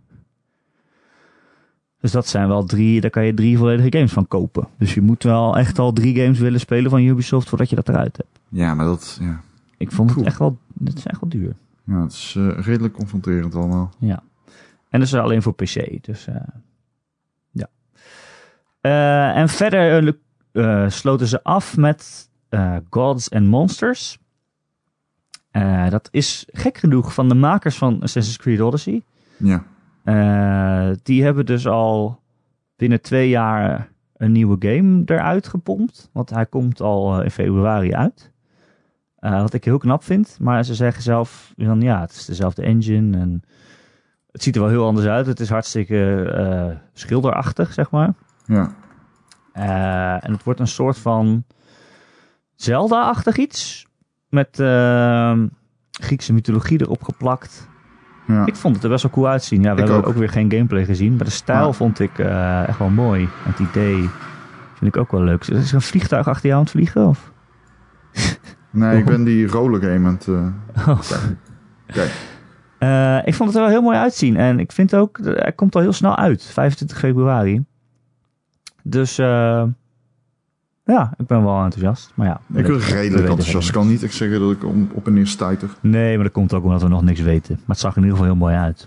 Dus dat zijn wel drie, daar kan je drie volledige games van kopen. Dus je moet wel echt al drie games willen spelen van Ubisoft voordat je dat eruit hebt. Ja, maar dat, ja. Ik vond Cool. het echt wel, het is echt wel duur. Ja, het is uh, redelijk confronterend allemaal. Ja. En dat is alleen voor P C, dus uh, ja. Uh, en verder uh, sloten ze af met uh, Gods and Monsters. Uh, dat is gek genoeg van de makers van Assassin's Creed Odyssey. Ja. Uh, die hebben dus al binnen twee jaar een nieuwe game eruit gepompt. Want hij komt al uh, in februari uit. Uh, wat ik heel knap vind. Maar ze zeggen zelf, van, ja, het is dezelfde engine. En het ziet er wel heel anders uit. Het is hartstikke uh, schilderachtig, zeg maar. Ja. Uh, en het wordt een soort van Zelda-achtig iets. Met uh, Griekse mythologie erop geplakt. Ja. Ik vond het er best wel cool uitzien. Ja, we Ik hebben ook. ook weer geen gameplay gezien. Maar de stijl Ja. vond ik uh, echt wel mooi. Het idee vind ik ook wel leuk. Is er een vliegtuig achter jou aan het vliegen? Of? Nee, ik ben die rollergame aan het... Uh, Oh. Kijk. Uh, ik vond het er wel heel mooi uitzien. En ik vind ook, hij komt al heel snel uit. vijfentwintig februari. Dus uh, ja, ik ben wel enthousiast. Maar ja, Ik ben redelijk enthousiast. Ik kan niet echt zeggen dat ik om, op en neer stuiter. Nee, maar dat komt ook omdat we nog niks weten. Maar het zag er in ieder geval heel mooi uit.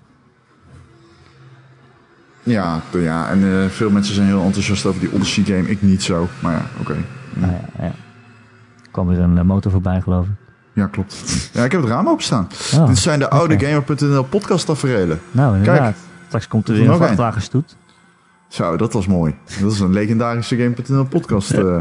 Ja, ja en uh, veel mensen zijn heel enthousiast over die Odyssey game. Ik niet zo, maar ja, oké. Okay. Ja. Nou ja, ja. Er kwam weer een uh, motor voorbij, geloof ik. Ja, klopt. Ja, ik heb het raam openstaan. Oh, Dit zijn de okay. oude gamer punt n l podcast taferelen. Nou, inderdaad. Kijk. Straks komt er weer een vrachtwagenstoet. Zo, dat was mooi. Dat is een legendarische gamer punt n l podcast. Uh.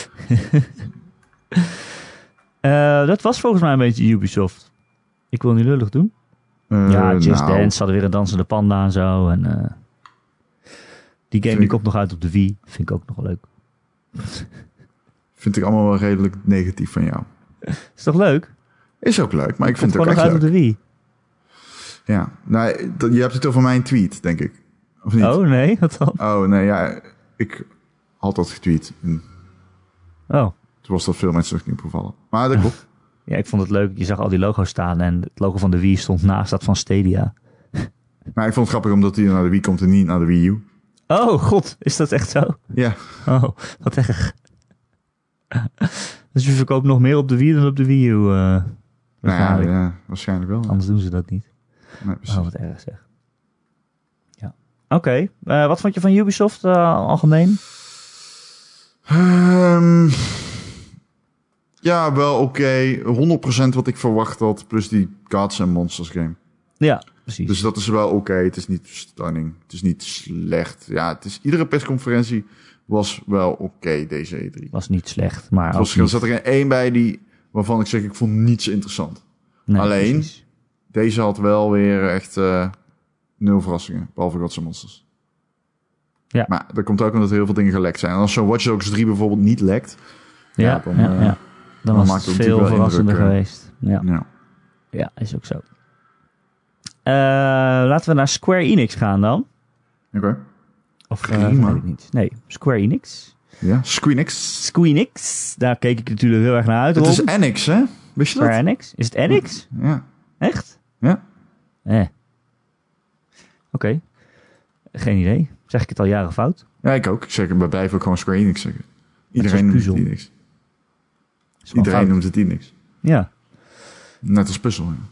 uh, dat was volgens mij een beetje Ubisoft. Ik wil niet lullig doen. Uh, ja, Just nou, Dance hadden weer een dansende panda en zo. En, uh, die game die komt nog uit op de Wii. Vind ik ook nog wel leuk. Vind ik allemaal wel redelijk negatief van jou. Is toch leuk? Is ook leuk, maar ik vind het ook echt leuk. uit op de Wii. Ja, nou, je hebt het over mijn tweet, denk ik. Of niet? Oh, nee? Wat dan? Oh, nee, ja. Ik had dat getweet. En oh. toen was dat veel mensen nog niet opgevallen. Maar dat klopt. Ja, ik vond het leuk. Je zag al die logo's staan en het logo van de Wii stond naast dat van Stadia. Maar ik vond het grappig omdat hij naar de Wii komt en niet naar de Wii U. Oh, god. Is dat echt zo? Ja. Oh, wat erg. Dus je verkoopt nog meer op de Wii dan op de Wii U. Uh, nou ja, ja, waarschijnlijk wel. Anders doen ze dat niet. Nee, oh, wat erg zeg. Ja. Oké. Okay. Uh, wat vond je van Ubisoft uh, algemeen? Um, ja, wel oké. Okay. honderd procent wat ik verwacht had. Plus die Gods and Monsters game. Ja, precies. Dus dat is wel oké. Okay. Het is niet stunning. Het is niet slecht. Ja, het is, iedere persconferentie was wel oké okay, deze E drie. Was niet slecht, maar was, er zat er geen één bij die waarvan ik zeg ik vond niets interessant. Nee, alleen, precies. Deze had wel weer echt uh, nul verrassingen. Behalve Gods and Monsters. Ja. Maar dat komt ook omdat er heel veel dingen gelekt zijn. En als zo'n Watch Dogs drie bijvoorbeeld niet lekt... Ja, ja, dan, ja, uh, ja. dan, dan was het veel verrassender indruk, geweest. Ja. Ja. ja, is ook zo. Uh, laten we naar Square Enix gaan dan. Oké. Okay. Of uh, weet ik niet. Nee, Square Enix. Ja, Squeenix. Squeenix. Daar keek ik natuurlijk heel erg naar uit. Het Rob. is Enix, hè? Wist je dat? Square Enix? Is het Enix? Ja. Echt? Ja. Eh. Oké. Okay. Geen idee. Zeg ik het al jaren fout? Ja, ik ook. Ik zeg, bij blijf ook gewoon Square Enix zeggen. Iedereen noemt het Enix. Iedereen fout. noemt het Enix. Ja. Net als puzzel. Ja.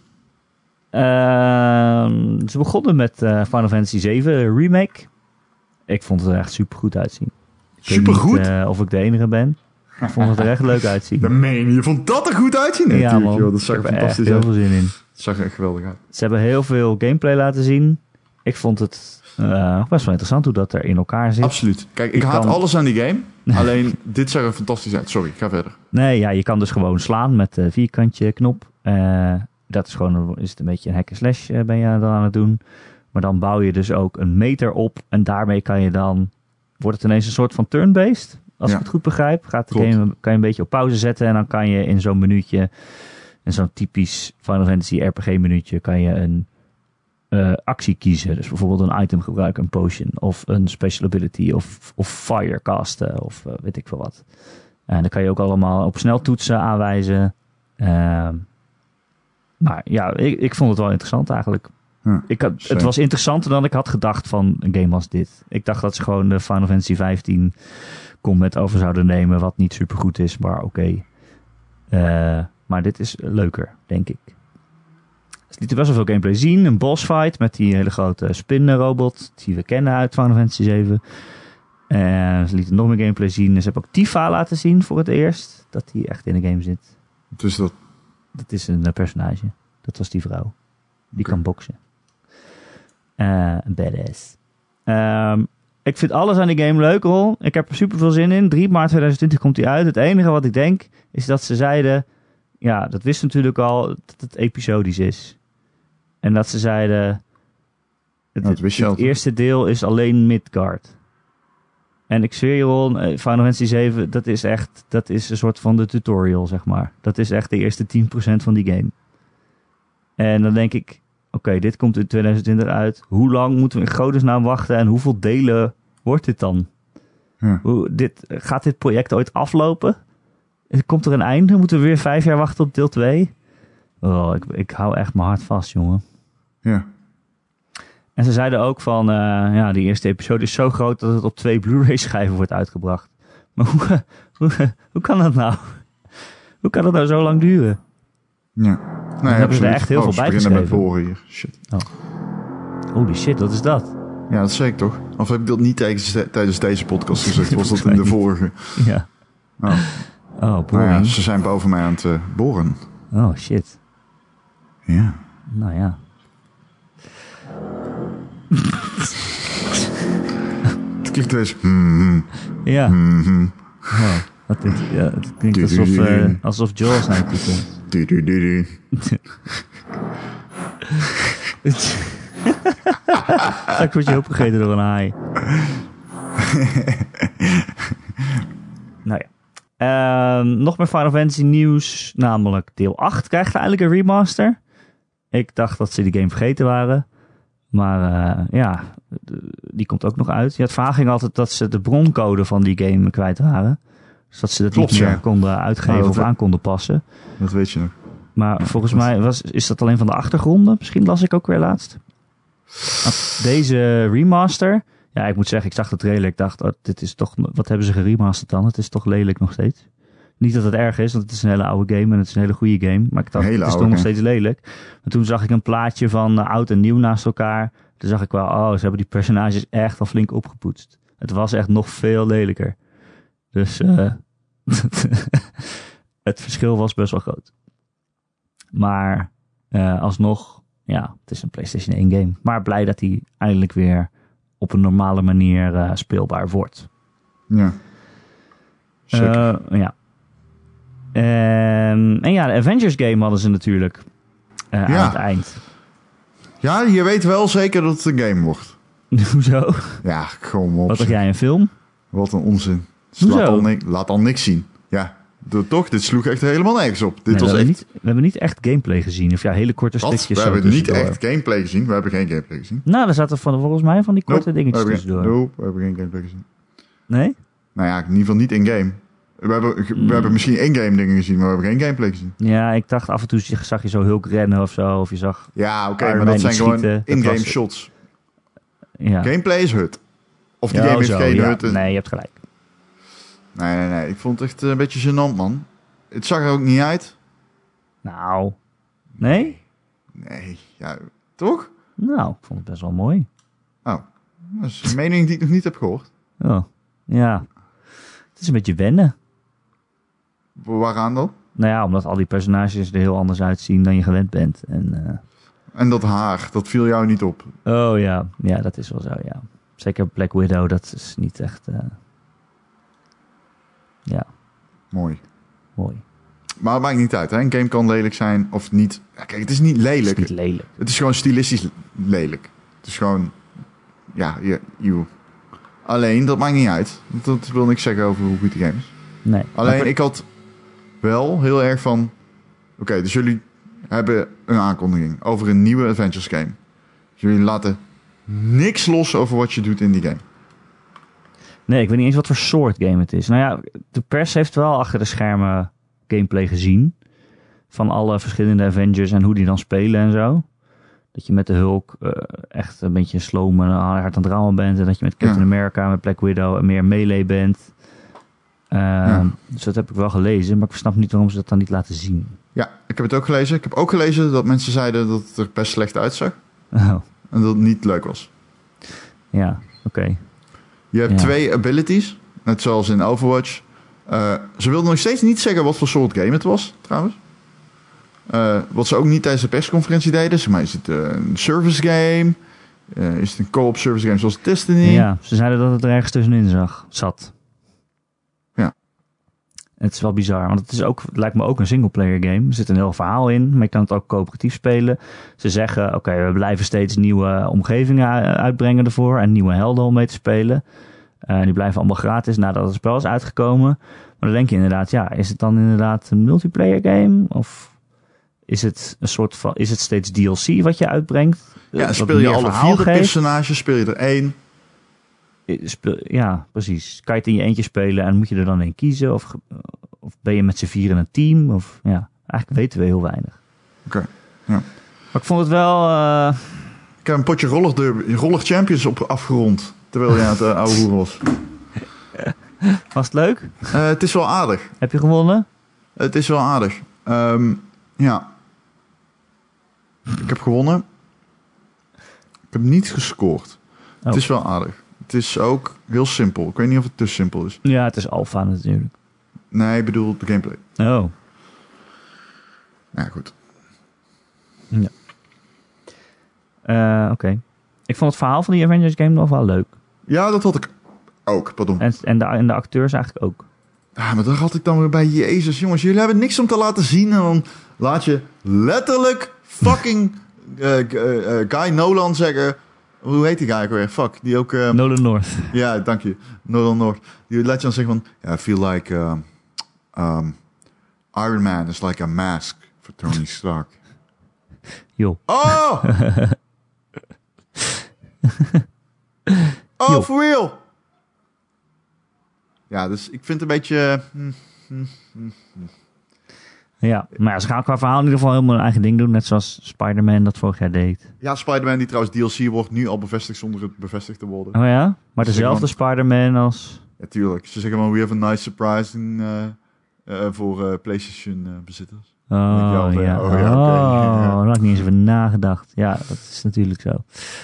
Uh, ze begonnen met uh, Final Fantasy zeven Remake. Ik vond het er echt super goed uitzien. Super goed? Uh, of ik de enige ben. Ik vond het er echt leuk uitzien. Dat meen je? Je vond dat er goed uitzien? Nee, ja, man. Joh, dat zag ik er heb fantastisch er uit. heel veel zin in. Dat zag er echt geweldig uit. Ze hebben heel veel gameplay laten zien. Ik vond het uh, best wel interessant hoe dat er in elkaar zit. Absoluut. Kijk, ik je haat kan... alles aan die game. Alleen, dit zag er fantastisch uit. Sorry, ga verder. Nee, ja, je kan dus gewoon slaan met de vierkantje knop. Uh, dat is gewoon is het een beetje een hack and slash uh, ben je dan aan het doen. Maar dan bouw je dus ook een meter op. En daarmee kan je dan... Wordt het ineens een soort van turn-based? Als ja. ik het goed begrijp. Gaat de game, kan je een beetje op pauze zetten. En dan kan je in zo'n minuutje... In zo'n typisch Final Fantasy R P G minuutje... kan je een uh, actie kiezen. Dus bijvoorbeeld een item gebruiken. Een potion. Of een special ability. Of, of fire casten. Of uh, weet ik veel wat. En dan kan je ook allemaal op sneltoetsen aanwijzen. Uh, maar ja, ik, ik vond het wel interessant eigenlijk. Ja, ik had, het was interessanter dan ik had gedacht van een game als dit. Ik dacht dat ze gewoon de Final Fantasy vijftien combat over zouden nemen, wat niet super goed is, maar oké. Okay. Uh, maar dit is leuker, denk ik. Ze lieten best wel veel gameplay zien. Een boss fight met die hele grote spin-robot die we kennen uit Final Fantasy zeven. Uh, ze lieten nog meer gameplay zien. Ze hebben ook Tifa laten zien voor het eerst. Dat die echt in de game zit. Wat is dat? Dat is een uh, personage. Dat was die vrouw. Die okay. kan boksen. Uh, een badass. Um, ik vind alles aan die game leuk, Rol. Ik heb er super veel zin in. drie maart tweeduizend twintig komt die uit. Het enige wat ik denk, is dat ze zeiden... Ja, dat wist natuurlijk al, dat het episodisch is. En dat ze zeiden... Het, nou, het, het eerste deel is alleen Midgard. En ik zweer je, Ron, Final Fantasy zeven, dat is echt, dat is een soort van de tutorial, zeg maar. Dat is echt de eerste tien procent van die game. En dan denk ik, oké, okay, dit komt in twintig twintig uit. Hoe lang moeten we in godesnaam wachten en hoeveel delen wordt dit dan? Ja. Hoe, dit, gaat dit project ooit aflopen? Komt er een einde? Moeten we weer vijf jaar wachten op deel twee? Oh, ik, ik hou echt mijn hart vast, jongen. Ja. En ze zeiden ook van, uh, ja, die eerste episode is zo groot dat het op twee Blu-ray schijven wordt uitgebracht. Maar hoe, hoe, hoe kan dat nou? Hoe kan dat nou zo lang duren? Ja. Nee, hebben ze er echt heel oh, veel ze bij beginnen geschreven. met boren hier. Shit. Oh. Holy shit, wat is dat? Ja, dat zeg ik toch? Of heb ik dat niet tijdens, tijdens deze podcast gezegd? Was dat in de vorige? Ja. Oh. Oh, boring. Nou ja, ze zijn boven mij aan het uh, boren. Oh, shit. Ja. Nou ja. Het klinkt eens... Mm-hmm. Ja. Mm-hmm. Oh, wat dit, ja, het klinkt alsof, uh, alsof Jaws naar je toe komt. Du, du, du, du. Straks word je opgegeten door een haai. Nou ja. Uh, nog meer Final Fantasy nieuws. Namelijk deel acht krijgt eindelijk een remaster. Ik dacht dat ze die game vergeten waren. Maar uh, ja, die komt ook nog uit. Ja, het verhaal ging altijd dat ze de broncode van die game kwijt waren. Dus dat ze dat Klopt, niet meer ja. konden uitgeven oh, of we... aan konden passen. Dat weet je nog. Maar ja, volgens mij was, is dat alleen van de achtergronden. Misschien las ik ook weer laatst. Deze remaster. Ja, ik moet zeggen, ik zag de trailer. Ik dacht, oh, dit is toch, wat hebben ze geremasterd dan? Het is toch lelijk nog steeds. Niet dat het erg is, want het is een hele oude game en het is een hele goede game. Maar ik dacht, het is toch nog steeds lelijk. Maar toen zag ik een plaatje van uh, oud en nieuw naast elkaar. Toen zag ik wel, oh, ze hebben die personages echt al flink opgepoetst. Het was echt nog veel lelijker. Dus uh, het verschil was best wel groot. Maar uh, alsnog, ja, het is een PlayStation één game. Maar blij dat die eindelijk weer op een normale manier uh, speelbaar wordt. Ja. Uh, ja. Um, en ja, de Avengers game hadden ze natuurlijk uh, ja. aan het eind. Ja, je weet wel zeker dat het een game wordt. Hoezo? Ja, gewoon op. Wat dacht jij, een film? Wat een onzin. Hoezo? Laat al, ni- laat al niks zien. Ja, de, toch? Dit sloeg echt helemaal nergens op. Dit nee, was we, echt... hebben niet, we hebben niet echt gameplay gezien. Of ja, hele korte Wat? stukjes. We zo hebben niet tussendoor. echt gameplay gezien. We hebben geen gameplay gezien. Nou, er zaten van, volgens mij van die korte nope, dingetjes we tussendoor. Geen, nope, we hebben geen gameplay gezien. Nee? Nou ja, in ieder geval niet in-game. We hebben, we Mm. hebben misschien in-game dingen gezien, maar we hebben geen gameplay gezien. Ja, ik dacht af en toe zag je zo Hulk rennen of zo. Of je zag... Ja, oké, okay, Iron maar Man dat zijn gewoon schieten, dat in-game was- shots. Ja. Gameplay is hut. Of die Ja, game heeft zo, geen ja. hut. en- Nee, je hebt gelijk. Nee, nee, nee. Ik vond het echt een beetje gênant, man. Het zag er ook niet uit. Nou. Nee? Nee, ja, toch? Nou, ik vond het best wel mooi. Oh, dat is een mening die ik nog niet heb gehoord. Oh, ja. Het is een beetje wennen. Waaraan dan? Nou ja, omdat al die personages er heel anders uitzien dan je gewend bent. En, uh... En dat haar, dat viel jou niet op. Oh ja, ja, dat is wel zo, ja. Zeker Black Widow, dat is niet echt... Uh... Ja, Mooi. mooi. Maar het maakt niet uit, hè? Een game kan lelijk zijn of niet. Ja, kijk, het is niet Het lelijk. is niet lelijk. Het is gewoon stilistisch lelijk. Het is gewoon... Ja, je, you. Alleen, dat maakt niet uit. Dat wil niks zeggen over hoe goed die game is. Nee. Alleen, Maar- ik had wel heel erg van... Oké, okay, dus jullie hebben een aankondiging over een nieuwe Adventures game. Jullie laten niks los over wat je doet in die game. Nee, ik weet niet eens wat voor soort game het is. Nou ja, de pers heeft wel achter de schermen gameplay gezien. Van alle verschillende Avengers en hoe die dan spelen en zo. Dat je met de Hulk uh, echt een beetje sloom en hard aan het rammen bent. En dat je met Captain Ja. America, met Black Widow en meer melee bent. Uh, Ja. Dus dat heb ik wel gelezen. Maar ik snap niet waarom ze dat dan niet laten zien. Ja, ik heb het ook gelezen. Ik heb ook gelezen dat mensen zeiden dat het er best slecht uitzag. Oh, En dat het niet leuk was. ja, oké. Okay. Je hebt Ja. twee abilities. Net zoals in Overwatch. Uh, ze wilden nog steeds niet zeggen wat voor soort game het was, trouwens. Uh, wat ze ook niet tijdens de persconferentie deden. Zeg maar, is het uh, een service game? Uh, is het een co-op service game zoals Destiny? Ja, ze zeiden dat het er ergens tussenin zag, zat. Ja. Het is wel bizar, want het, is ook, het lijkt me ook een singleplayer game. Er zit een heel verhaal in, maar je kan het ook coöperatief spelen. Ze zeggen, oké, okay, we blijven steeds nieuwe omgevingen uitbrengen ervoor en nieuwe helden om mee te spelen. Uh, die blijven allemaal gratis nadat het spel is uitgekomen. Maar dan denk je inderdaad, ja, is het dan inderdaad een multiplayer game? Of is het een soort van, is het steeds D L C wat je uitbrengt? Ja, speel je alle vier de personages, speel je er één? Speel, ja, precies. Kan je het in je eentje spelen en moet je er dan één kiezen? Of, of ben je met z'n vier in een team? Of ja, eigenlijk weten we heel weinig. Oké, okay, ja. Maar ik vond het wel... Uh... Ik heb een potje Roller, Derby, Roller Champions op afgerond. Terwijl je aan het uh, oude hoer was. Was het leuk? Uh, het is wel aardig. Heb je gewonnen? Het is wel aardig. Um, ja. Ik heb gewonnen. Ik heb niet gescoord. Oh. Het is wel aardig. Het is ook heel simpel. Ik weet niet of het te simpel is. Ja, het is alpha natuurlijk. Nee, ik bedoel de gameplay. Oh. Ja, goed. Ja. Uh, Oké. Okay. Ik vond het verhaal van die Avengers game nog wel leuk. Ja, dat had ik ook. Pardon. En, en, de, en de acteurs eigenlijk ook. Ja, maar daar had ik dan weer bij. Jezus, jongens, jullie hebben niks om te laten zien. En dan laat je letterlijk fucking uh, uh, uh, Guy Nolan zeggen. Hoe heet die guy ook weer? Fuck, die ook... Uh, Nolan North. Ja, dank je. Nolan North. Die laat je dan zeggen van... Yeah, I feel like uh, um, Iron Man is like a mask for Tony Stark. Yo. Oh! Oh, Yo. for real? Ja, dus ik vind het een beetje... Hm, hm, hm, hm. Ja, maar ja, ze gaan qua verhaal in ieder geval helemaal een eigen ding doen. Net zoals Spider-Man dat vorig jaar deed. Ja, Spider-Man die trouwens D L C wordt nu al bevestigd zonder het bevestigd te worden. Oh ja? Maar dezelfde Spider-Man als... Ja, tuurlijk. Ze zeggen maar, we have a nice surprise in, uh, uh, voor uh, PlayStation uh, bezitters. Oh ja, oh, ja, oh, okay. ja. Daar had ik niet eens over nagedacht. Ja, dat is natuurlijk zo.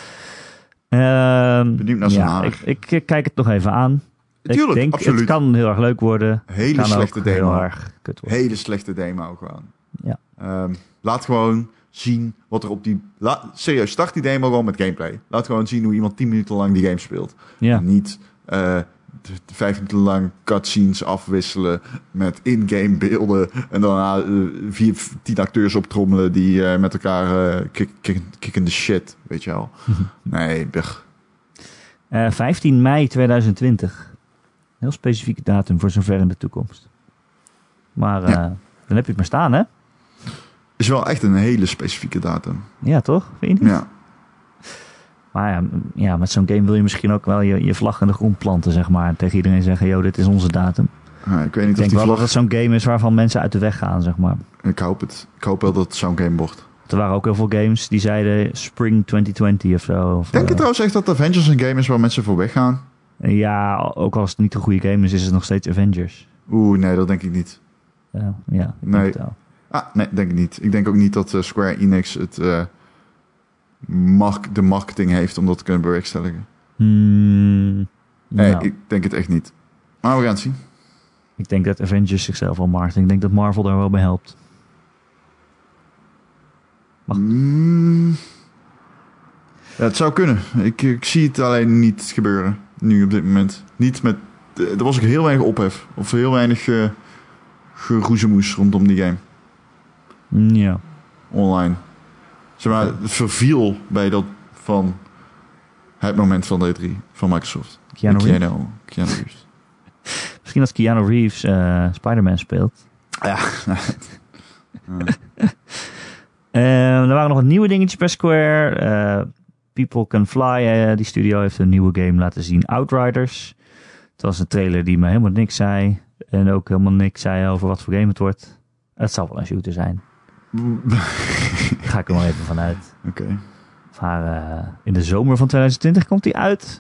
Um, Benieuwd naar zijn ja, haar. Ik, ik, ik kijk het nog even aan. Tuurlijk, ik denk, absoluut. Het kan heel erg leuk worden. Hele kan slechte ook demo. Heel erg kut worden. Hele slechte demo gewoon. Ja. Um, laat gewoon zien wat er op die... La, serieus, start die demo gewoon met gameplay. Laat gewoon zien hoe iemand tien minuten lang die game speelt. Ja. En niet uh, vijf minuten lang cutscenes afwisselen met in-game beelden. En daarna uh, vier, tien acteurs optrommelen die uh, met elkaar uh, kick, kick, kick in the shit. Weet je wel. Nee, beg. Uh, vijftien mei tweeduizend twintig. Heel specifieke datum voor zover in de toekomst. Maar uh, ja. Dan heb je het maar staan, hè? Is wel echt een hele specifieke datum. Ja, toch? Vind je niet? Ja. Maar ja, ja, met zo'n game wil je misschien ook wel je, je vlag in de grond planten, zeg maar. En tegen iedereen zeggen, joh, dit is onze datum. Ja, ik weet niet ik denk of die wel vlag... dat het zo'n game is waarvan mensen uit de weg gaan, zeg maar. Ik hoop het. Ik hoop wel dat het zo'n game wordt. Er waren ook heel veel games die zeiden Spring twintig twintig of zo. Of, denk je uh, trouwens echt dat Avengers een game is waar mensen voor weggaan? Ja, ook als het niet een goede game is, is het nog steeds Avengers. Oeh, nee, dat denk ik niet. Uh, ja, ik nee. denk het wel. Ah, nee, denk ik niet. Ik denk ook niet dat uh, Square Enix het, uh, mark- de marketing heeft om dat te kunnen bewerkstelligen. Hmm, nee, nou. ik denk het echt niet. Maar we gaan het zien. Ik denk dat Avengers zichzelf al marketing. Ik denk dat Marvel daar wel bij helpt. Mag... Mm, ja, het zou kunnen. Ik, ik zie het alleen niet gebeuren. Nu op dit moment. Niet met... Er was ook heel weinig ophef. Of heel weinig uh, geroezemoes rondom die game. Ja. Online. Zeg maar, het verviel bij dat van het moment van de E drie van Microsoft. Keanu Reeves. Keanu, Keanu Reeves. Misschien als Keanu Reeves uh, Spider-Man speelt. Ja. ja. uh, er waren nog wat nieuwe dingetjes bij Square. Uh, People Can Fly, uh, die studio heeft een nieuwe game laten zien. Outriders. Het was een trailer die me helemaal niks zei. En ook helemaal niks zei over wat voor game het wordt. Het zal wel een shooter zijn. Daar ga ik er maar even vanuit. Oké. Okay. Maar uh, in de zomer van twintig twintig komt die uit.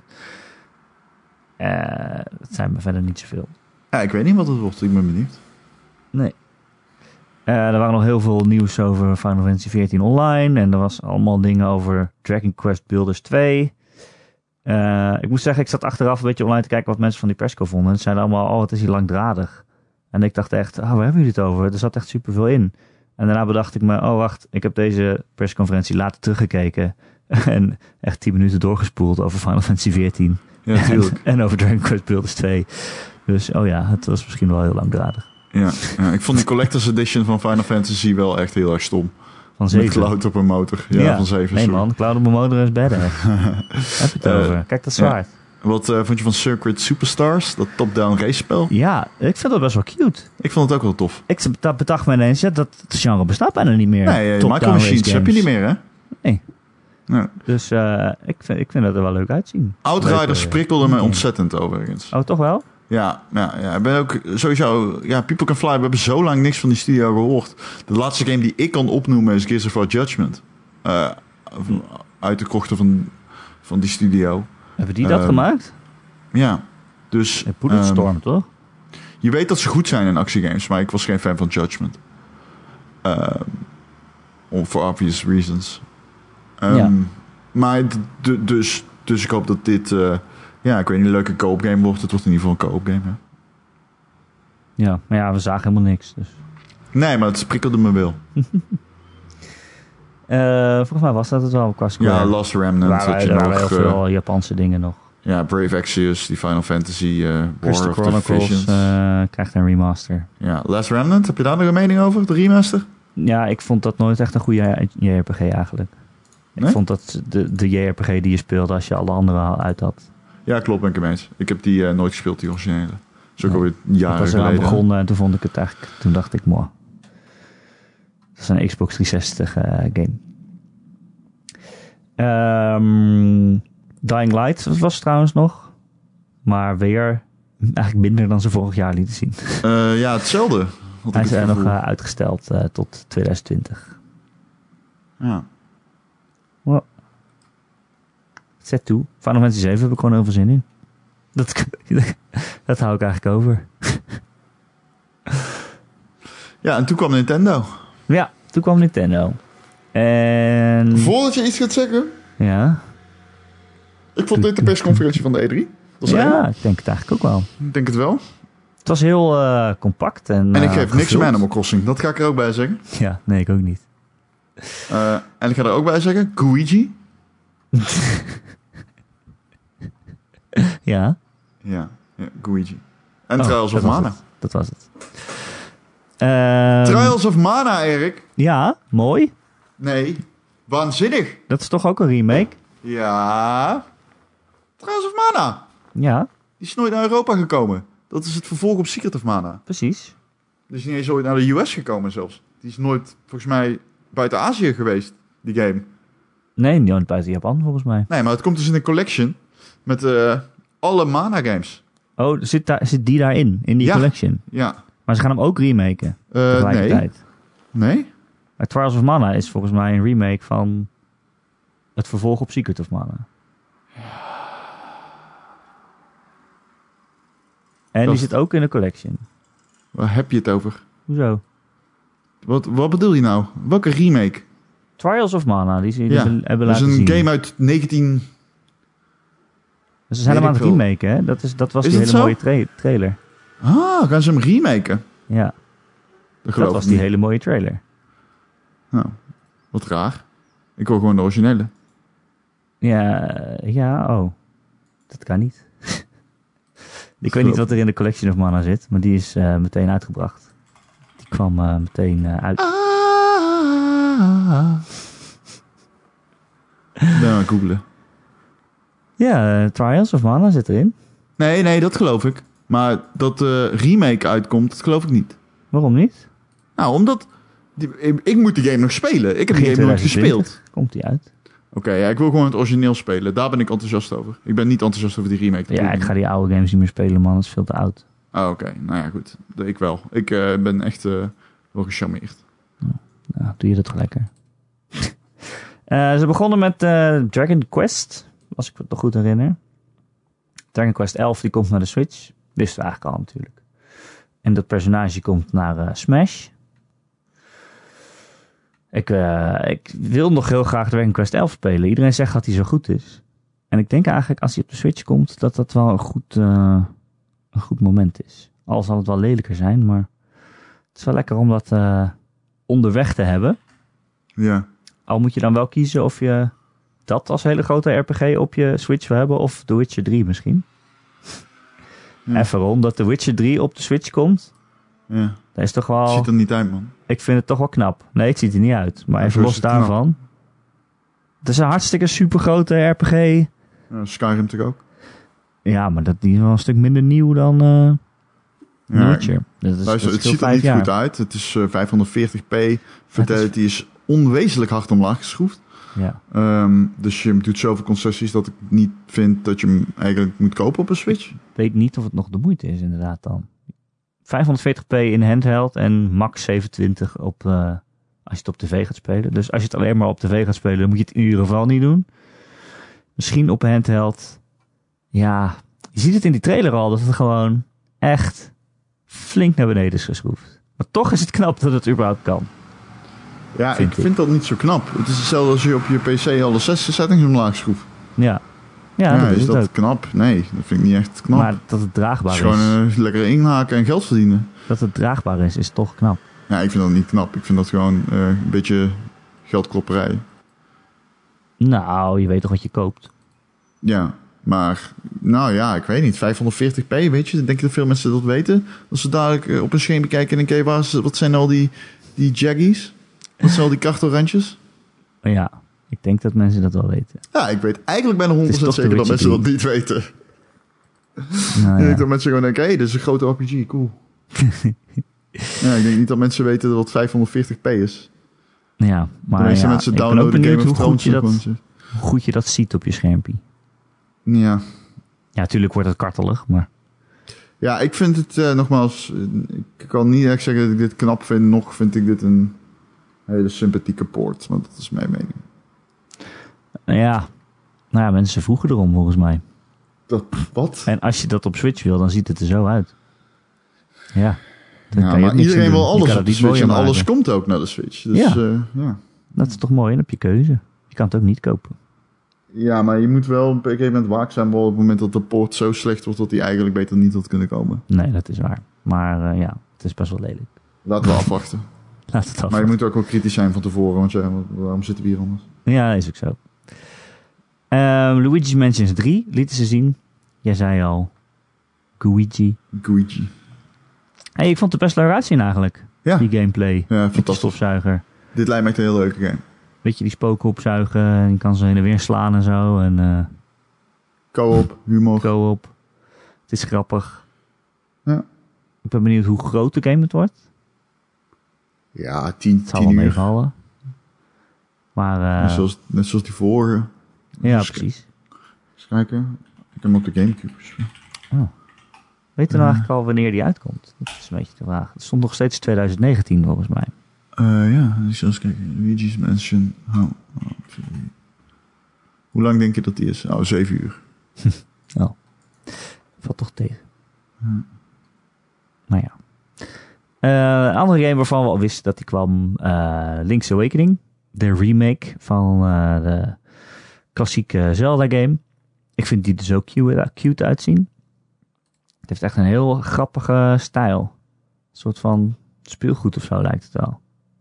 Uh, dat zijn me verder niet zoveel. Ja, ik weet niet wat het wordt. Ik ben benieuwd. Nee. Uh, er waren nog heel veel nieuws over Final Fantasy veertien online. En er was allemaal dingen over Dragon Quest Builders twee. Uh, ik moet zeggen, ik zat achteraf een beetje online te kijken wat mensen van die persco vonden. En ze zeiden allemaal, oh, het is hier langdradig. En ik dacht echt, oh, waar hebben jullie het over? Er zat echt superveel in. En daarna bedacht ik me, oh wacht, ik heb deze persconferentie later teruggekeken. En echt tien minuten doorgespoeld over Final Fantasy veertien. Ja, natuurlijk. En, en over Dragon Quest Builders twee. Dus, oh ja, het was misschien wel heel langdradig. Ja, ja, ik vond die Collector's Edition van Final Fantasy wel echt heel erg stom. Van zeven? Met Cloud op een motor. Ja, ja van zeven. Nee sorry. man, Cloud op een motor is better. Heb je het uh, over? Kijk, dat zwaard. Ja. Wat uh, vond je van Circuit Superstars? Dat top-down race spel? Ja, ik vind dat best wel cute. Ik vond het ook wel tof. Ik dat bedacht me ineens, ja, dat het genre bestaat bijna niet meer. Nee, Micro Machines heb je niet meer, hè? Nee. nee. Dus uh, ik, vind, ik vind dat er wel leuk uitzien. Outriders prikkelde me ontzettend overigens. Oh, toch wel? Ja, ja, ja, ik ben ook sowieso... Ja, People Can Fly, we hebben zo lang niks van die studio gehoord. De laatste game die ik kan opnoemen is Gears of War Judgment. Uh, uit de krochten van, van die studio. Hebben die dat uh, gemaakt? Ja, dus... Bulletstorm, um, toch? Je weet dat ze goed zijn in actiegames, maar ik was geen fan van Judgment. Uh, for obvious reasons. Um, ja. Maar d- d- dus, dus ik hoop dat dit... Uh, ja, ik weet niet, een leuke co-op game wordt. Het wordt in ieder geval een co-op game, hè? Ja, maar ja, we zagen helemaal niks, dus... Nee, maar het prikkelde me wel. uh, volgens mij was dat het wel qua Square. Ja, Lost Remnant. Waar, had je waar nog, heel veel uh, Japanse dingen nog. Ja, Brave Exvius, die Final Fantasy, uh, War of the Visions. Uh, krijgt een remaster. Ja, Last Remnant, heb je daar nog een mening over, de remaster? Ja, ik vond dat nooit echt een goede J R P G eigenlijk. Nee? Ik vond dat de, de J R P G die je speelde als je alle andere uit had. Ja, klopt, ben ik hem eens. Ik heb die uh, nooit gespeeld, die originele. Dat is ook ja. alweer jaren ik was geleden. Ik was begonnen en toen vond ik het eigenlijk... Toen dacht ik, mooi. Dat is een Xbox driehonderdzestig uh, game. Um, Dying Light was trouwens nog. Maar weer eigenlijk minder dan ze vorig jaar lieten zien. Uh, ja, hetzelfde. Hij is er nog uh, uitgesteld uh, tot twintig twintig. Ja. Well. Zet toe. Final Fantasy zeven heb ik gewoon heel veel zin in. Dat, dat hou ik eigenlijk over. Ja, en toen kwam Nintendo. Ja, toen kwam Nintendo. En... Voordat je iets gaat zeggen... Ja? Ik vond dit de persconferentie van de E drie. Dat ja, één. Ik denk het eigenlijk ook wel. Ik denk het wel. Het was heel uh, compact. En, en ik geef uh, niks om Animal Crossing. Dat ga ik er ook bij zeggen. Ja, nee, ik ook niet. Uh, en ik ga er ook bij zeggen, Luigi. ja. Ja, ja Luigi. En oh, Trials of Mana. Het. Dat was het. Uh, Trials of Mana, Erik. Ja, mooi. Nee, waanzinnig. Dat is toch ook een remake? Ja. Trials of Mana. Ja. Die is nooit naar Europa gekomen. Dat is het vervolg op Secret of Mana. Precies. Die is niet eens ooit naar de U S gekomen zelfs. Die is nooit, volgens mij, buiten Azië geweest, die game. Nee, niet buiten Japan, volgens mij. Nee, maar het komt dus in een collection met uh, alle Mana games. Oh, zit, daar, zit die daarin, in die ja. collection? Ja. Maar ze gaan hem ook remaken, uh, tegelijkertijd. Nee. Nee? Maar Trials of Mana is volgens mij een remake van het vervolg op Secret of Mana. En dat die zit ook in de collection. Waar heb je het over? Hoezo? Wat, wat bedoel je nou? Welke remake? Trials of Mana, die ze ja, hebben laten zien. Dat is een game uit negentien... Dus ze zijn hem aan het remaken, hè? Dat, is, dat was is die hele zo? mooie tra- trailer. Ah, gaan ze hem remaken? Ja. Dat, dat was die niet. hele mooie trailer. Nou, wat raar. Ik wil gewoon de originele. Ja, ja, oh. Dat kan niet. Ik weet niet wat er in de Collection of Mana zit, maar die is uh, meteen uitgebracht. Die kwam uh, meteen uh, uit. Ah. Nou, googlen. Ja, uh, Trials of Mana zit erin. Nee, nee, dat geloof ik. Maar dat de uh, remake uitkomt, dat geloof ik niet. Waarom niet? Nou, omdat... Die, ik, ik moet die game nog spelen. Ik heb die game nooit gespeeld. Komt die uit? Oké, okay, ja, ik wil gewoon het origineel spelen. Daar ben ik enthousiast over. Ik ben niet enthousiast over die remake. Ja, ik ga die oude games niet meer spelen, man. Dat is veel te oud. Oh, oké. Okay. Nou ja, goed. Ik wel. Ik uh, ben echt uh, wel gecharmeerd. Nou, doe je dat toch lekker. uh, ze begonnen met uh, Dragon Quest. Als ik het nog goed herinner. Dragon Quest elf, die komt naar de Switch. Wisten we eigenlijk al natuurlijk. En dat personage komt naar uh, Smash. Ik, uh, ik wil nog heel graag Dragon Quest elf spelen. Iedereen zegt dat hij zo goed is. En ik denk eigenlijk als hij op de Switch komt, dat dat wel een goed, uh, een goed moment is. Al zal het wel lelijker zijn, maar het is wel lekker om dat uh, onderweg te hebben. Ja. Al moet je dan wel kiezen of je dat als hele grote R P G op je Switch wil hebben of The Witcher drie misschien. Ja. Even omdat The Witcher drie op de Switch komt. Ja. Dat is toch wel... Het ziet er niet uit, man. Ik vind het toch wel knap. Nee, het ziet er niet uit. Maar ja, even los daarvan. Knap. Het is een hartstikke supergrote R P G. Ja, Skyrim toch ook? Ja, maar dat, die is wel een stuk minder nieuw dan uh, Ja, Witcher. Dat is, luister, dat het ziet er niet jaar. goed uit. Het is uh, vijfhonderdveertig p. Fidelity is... is onwezenlijk hard omlaag geschroefd. Ja. Um, dus je doet zoveel concessies dat ik niet vind dat je hem eigenlijk moet kopen op een Switch. Ik weet niet of het nog de moeite is inderdaad dan. vijfhonderdveertig p in handheld en max zevenentwintig op, uh, als je het op tv gaat spelen. Dus als je het alleen maar op tv gaat spelen, dan moet je het in ieder geval niet doen. Misschien op een handheld. Ja, je ziet het in die trailer al, dat het gewoon echt flink naar beneden is geschroefd. Maar toch is het knap dat het überhaupt kan. Ja, vind ik ik. vind dat niet zo knap. Het is hetzelfde als je op je P C alle zes settings omlaag schroeft. Ja, ja, Ja, dat is is het dat ook. knap? Nee, dat vind ik niet echt knap. Maar dat het het draagbaar is is, gewoon uh, lekker inhaken en geld verdienen. dat het draagbaar is, is toch knap. Ja, ik vind dat niet knap. Ik vind dat gewoon uh, een beetje geldklopperij. Nou, je weet toch wat je koopt. Ja, maar nou ja, ik weet niet. vijfhonderdveertig p, weet je? Denk je dat veel mensen dat weten? Als ze dadelijk uh, op een scherm kijken en denken, hey, wat zijn al die, die jaggies? Wat zijn al die kartelrandjes? Maar ja, ik denk dat mensen dat wel weten. Ja, ik weet eigenlijk bijna honderd Het is procent toch zeker de dat mensen Witcher dat niet weten. Nou, Ik ja. denk dat mensen gewoon denken, hé, hey, dit is een grote R P G, cool. Ja, ik denk niet dat mensen weten wat vijfhonderdveertig p is. Ja, maar De meeste ja, mensen ik ben ook downloaden benieuwd Game of hoe goed, Thrones. je dat, nog gewoon zo. hoe goed je dat ziet op je schermpje. Ja. Ja, natuurlijk wordt het kartelig, maar... Ja, ik vind het uh, nogmaals... uh, Ik kan niet echt zeggen dat ik dit knap vind. Nog vind ik dit een hele sympathieke poort. Want dat is mijn mening. Nou ja, nou ja, mensen vroegen erom volgens mij. Dat, wat? En als je dat op Switch wil, dan ziet het er zo uit. Ja. dan Ja, kan je maar ook niks iedereen aan wil doen. Je alles kan op het de niet Switch. En mooier alles maken. komt ook naar de Switch. Dus Ja. uh, ja. Dat is toch mooi, dan heb je keuze. Je kan het ook niet kopen. Ja, maar je moet wel op een gegeven moment waakzaam worden... op het moment dat de poort zo slecht wordt... dat die eigenlijk beter niet had kunnen komen. Nee, dat is waar. Maar uh, ja, het is best wel lelijk. Laten we afwachten. Laat het af. Maar je moet ook wel kritisch zijn van tevoren. Want ja, waarom zitten we hier anders? Ja, is ook zo. Um, Luigi's Mansion drie lieten ze zien. Jij zei al, Luigi. Luigi. Hey, ik vond het best leuk uitzien eigenlijk. Ja, Die gameplay. ja Met die fantastisch. stofzuiger. Dit lijkt me echt een heel leuke game. Weet je, die spoken opzuigen. En je kan ze heen en weer slaan en zo. En uh, Co-op, humor. co-op. Het is grappig. Ja. Ik ben benieuwd hoe groot de game het wordt. Ja, tien, Het zal tien wel uur. meevallen. Maar uh, Net, zoals, net zoals die vorige. ja, Dus- precies. Eens kijken. Ik heb hem op de Gamecube gespeeld. Weet je nou eigenlijk al wanneer die uitkomt? Dat is een beetje de vraag. Het stond nog steeds twintig negentien volgens mij. Uh, ja, eens eens kijken. Luigi's Mansion. Oh, oh, sorry. Hoe lang denk je dat die is? Oh, zeven uur. Oh. Valt toch tegen. Ja. Nou ja. Uh, een andere game waarvan we al wisten dat die kwam. Uh, Link's Awakening. De remake van uh, de klassieke Zelda game. Ik vind die er zo cute, cute uitzien. Het heeft echt een heel grappige stijl. Een soort van speelgoed of zo lijkt het wel.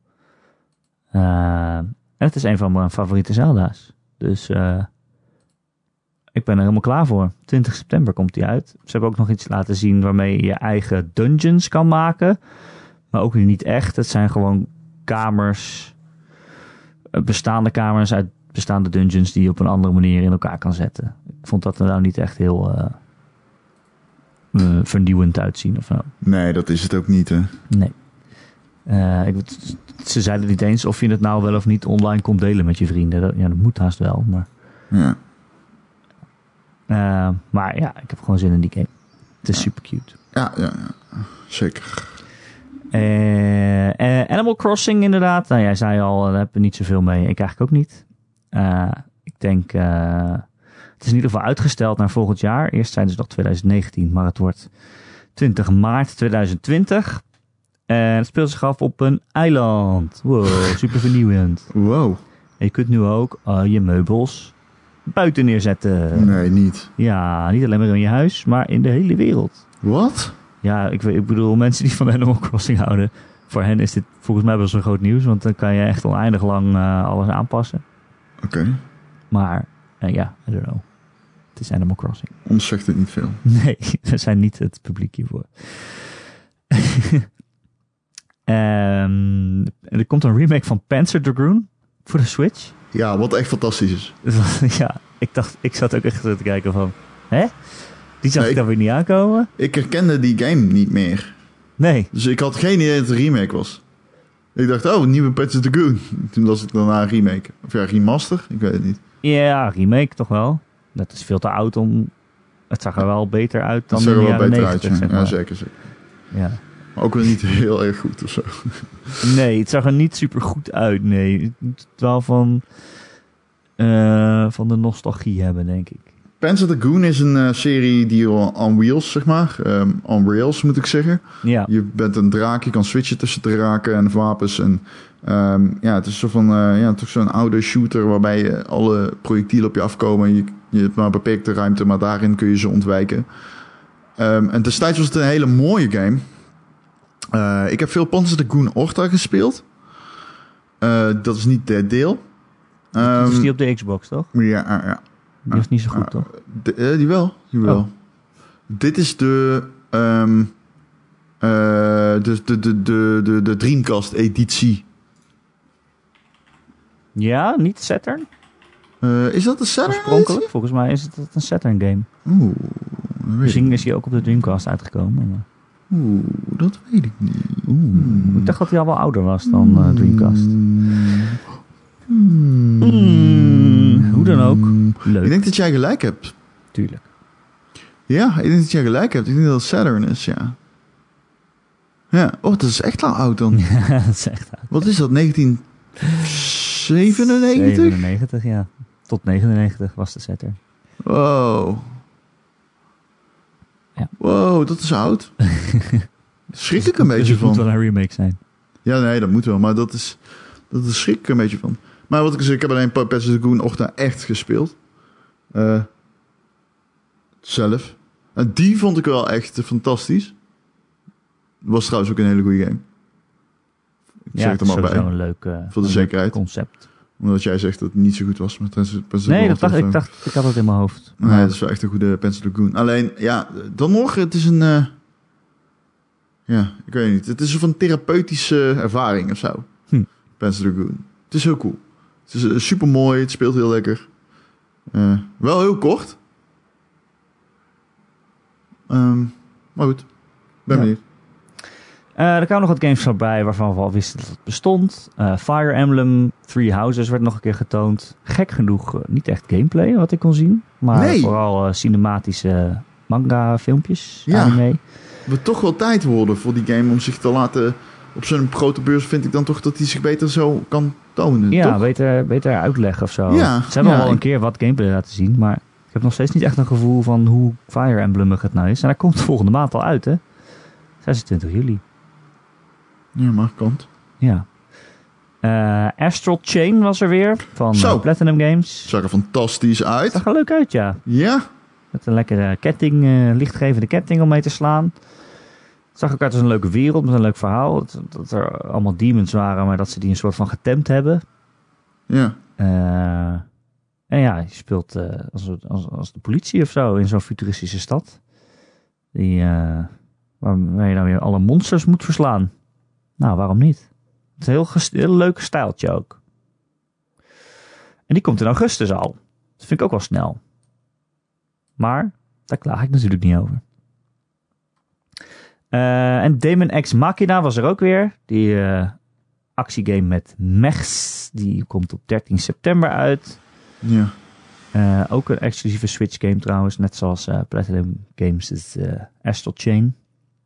Uh, en het is een van mijn favoriete Zelda's. Dus uh, ik ben er helemaal klaar voor. twintig september komt die uit. Ze hebben ook nog iets laten zien waarmee je je eigen dungeons kan maken. Maar ook niet echt. Het zijn gewoon kamers. Bestaande kamers uit bestaande dungeons die je op een andere manier in elkaar kan zetten. Ik vond dat er nou niet echt heel uh, uh, vernieuwend uitzien of zo. Nee, dat is het ook niet, hè. Nee. Uh, ik, ze zeiden niet eens of je het nou wel of niet online kon delen met je vrienden. Dat, ja, dat moet haast wel, maar... Ja. Uh, maar ja, ik heb gewoon zin in die game. Het is ja. super cute. Ja, ja, ja. Zeker. Uh, uh, Animal Crossing inderdaad. Nou, jij zei al, daar heb je niet zoveel mee. Ik eigenlijk ook niet. Uh, ik denk... Uh, het is in ieder geval uitgesteld naar volgend jaar. Eerst zijn ze nog twintig negentien, maar het wordt twintig maart twintig twintig. En het speelt zich af op een eiland. Wow, super vernieuwend. Wow. En je kunt nu ook uh, je meubels buiten neerzetten. Nee, niet. Ja, niet alleen maar in je huis, maar in de hele wereld. Wat? Ja, ik, ik bedoel, mensen die van Animal Crossing houden, voor hen is dit volgens mij wel zo'n groot nieuws, want dan kan je echt oneindig lang uh, alles aanpassen. Oké. Okay. Maar, ja, uh, yeah, I don't know. Het is Animal Crossing. Ons zegt het niet veel. Nee, we zijn niet het publiek hiervoor. um, er komt een remake van Panzer Dragoon voor de Switch. Ja, wat echt fantastisch is. Ja, ik dacht, ik zat ook echt te kijken van, hè? Die zag Nee, ik dan weer niet aankomen. Ik herkende die game niet meer. Nee. Dus ik had geen idee dat het een remake was. Ik dacht, oh, een nieuwe Patch of the Goon. Toen was ik daarna een remake. Of ja, remaster? Ik weet het niet. Ja, remake toch wel. Dat is veel te oud om... Het zag er wel beter uit dan Dat zag in er de wel jaren beter negentig, uit, ja. zeg maar. Ja, zeker, zeker. Ja. Maar ook wel niet heel erg goed of zo. Nee, het zag er niet super goed uit, nee. Het moet het wel van, uh, van de nostalgie hebben, denk ik. Panzer of the Goon is een uh, serie die on wheels, zeg maar. Um, on rails, moet ik zeggen. Ja. Je bent een draak, je kan switchen tussen draken en wapens. En um, ja, het is zo van, uh, ja, toch zo'n oude shooter waarbij je alle projectielen op je afkomen. Je, je hebt maar een beperkte ruimte, maar daarin kun je ze ontwijken. Um, en destijds was het een hele mooie game. Uh, ik heb veel Panzer of the Goon Orta gespeeld. Uh, dat is niet het derde deel. Um, dat is die op de Xbox, toch? Ja, ja, ja. Die was niet zo goed, uh, toch? De, uh, die wel, die wel. Oh. Dit is de, um, uh, de, de, de, de, de, de Dreamcast-editie. Ja, niet Saturn? Uh, is dat een Saturn? Oorspronkelijk, volgens mij is het een Saturn-game. Oeh, misschien is hij ook op de Dreamcast uitgekomen. Maar... Oeh, dat weet ik niet. Oeh, hmm. Ik dacht dat hij al wel ouder was dan uh, Dreamcast. Hmm. Hmm. Hoe dan ook. Leuk. Ik denk dat jij gelijk hebt. Tuurlijk. Ja, ik denk dat jij gelijk hebt. Ik denk dat het Saturn is, ja. Ja, oh, dat is echt al oud dan. Ja, dat is echt oud. Wat is dat, negentien zevenennegentig? zevenennegentig, ja. Tot negenennegentig was de Saturn. Wow. Ja. Wow, dat is oud. Schrik ik een beetje dus van. Het moet wel een remake zijn. Ja, nee, dat moet wel. Maar dat is, dat is schrik ik een beetje van. Maar wat ik zeg, ik heb alleen Patch of the Goon Orta echt gespeeld. Uh, zelf. En die vond ik wel echt uh, fantastisch. Was trouwens ook een hele goede game. Ik ja, zeg het er maar bij. Een leuk, uh, voor de zekerheid. Concept. Omdat jij zegt dat het niet zo goed was. Maar Patch of the nee, dat dacht, ik dacht, ik had het in mijn hoofd. Nee, maar... dat is wel echt een goede Patch of the Goon. Alleen, ja, dan nog, het is een... Uh, ja, ik weet niet. Het is een van therapeutische ervaring of zo. Hm. Patch of the Goon. Het is heel cool. Het is uh, super mooi. Het speelt heel lekker. Uh, wel heel kort. Um, maar goed. Ben ja. benieuwd. Uh, er kwamen nog wat games voorbij waarvan we al wisten dat het bestond. Uh, Fire Emblem Three Houses werd nog een keer getoond. Gek genoeg uh, niet echt gameplay wat ik kon zien. Maar nee. vooral uh, cinematische manga filmpjes. Ja. Anime. We toch wel tijd worden voor die game om zich te laten... Op zo'n grote beurs vind ik dan toch dat hij zich beter zo kan tonen. Ja, toch? beter, beter uitleggen of zo. Ja, Ze hebben ja, al een ik... keer wat gameplay laten zien. Maar ik heb nog steeds niet echt een gevoel van hoe Fire Emblem het nou is. En hij komt volgende maand al uit, hè? zesentwintig juli. Ja, maar kant. Ja. Uh, Astral Chain was er weer van uh, Platinum Games. Zag er fantastisch uit. Zag er leuk uit, ja. Ja. Met een lekkere ketting, uh, lichtgevende ketting om mee te slaan. Het zag ook uit als een leuke wereld met een leuk verhaal. Dat, dat er allemaal demons waren, maar dat ze die een soort van getemd hebben. Ja. Uh, en ja, je speelt uh, als, als, als de politie of zo in zo'n futuristische stad. Die, uh, waar, waar je dan weer alle monsters moet verslaan. Nou, waarom niet? Het is een heel, ges- heel leuk stijltje ook. En die komt in augustus al. Dat vind ik ook wel snel. Maar daar klaag ik natuurlijk niet over. Uh, en Daemon X Machina was er ook weer. Die uh, actiegame met mechs. Die komt op dertien september uit. Ja. Uh, ook een exclusieve Switch game trouwens. Net zoals uh, Platinum Games is uh, Astral Chain.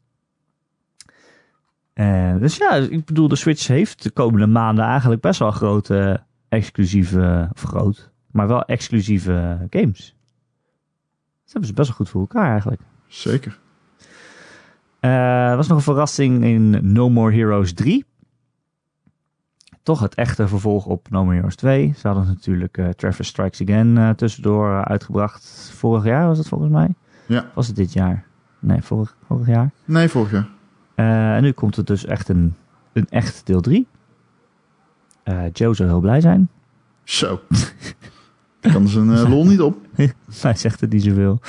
Uh, dus ja, ik bedoel, de Switch heeft de komende maanden eigenlijk best wel grote uh, exclusieve, of groot, maar wel exclusieve uh, games. Dat hebben ze best wel goed voor elkaar eigenlijk. Zeker. Uh, er was nog een verrassing in No More Heroes drie. Toch het echte vervolg op No More Heroes twee. Ze hadden natuurlijk uh, Travis Strikes Again uh, tussendoor uh, uitgebracht. Vorig jaar was het volgens mij. Ja. Was het dit jaar? Nee, vorig, vorig jaar. Nee, vorig jaar. Uh, en nu komt het dus echt een, een echt deel drie. Uh, Joe zou heel blij zijn. Zo. Kan zijn uh, lol niet op. Hij zegt het niet zoveel.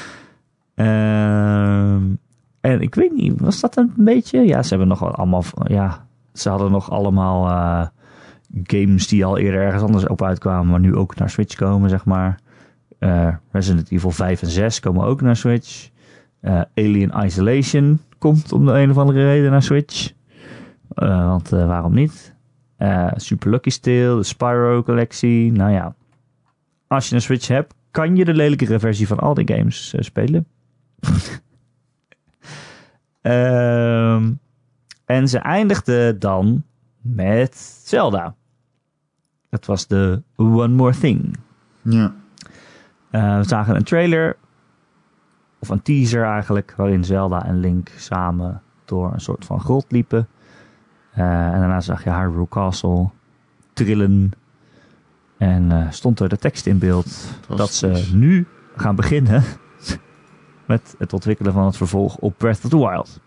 Uh, en ik weet niet, was dat een beetje? Ja, ze hebben nog wel allemaal... Ja, ze hadden nog allemaal uh, games die al eerder ergens anders op uitkwamen, maar nu ook naar Switch komen, zeg maar. Uh, Resident Evil vijf en zes komen ook naar Switch. Uh, Alien Isolation komt om de een of andere reden naar Switch. Uh, want uh, waarom niet? Uh, Super Lucky Tale, de Spyro collectie. Nou ja, als je een Switch hebt, kan je de lelijkere versie van al die games uh, spelen. um, en ze eindigde dan met Zelda. Dat was de One More Thing. Ja. Uh, we zagen een trailer, of een teaser eigenlijk, waarin Zelda en Link samen door een soort van grot liepen. Uh, en daarna zag je Hyrule Castle trillen. En uh, stond er de tekst in beeld dat ze nu gaan beginnen met het ontwikkelen van het vervolg op Breath of the Wild.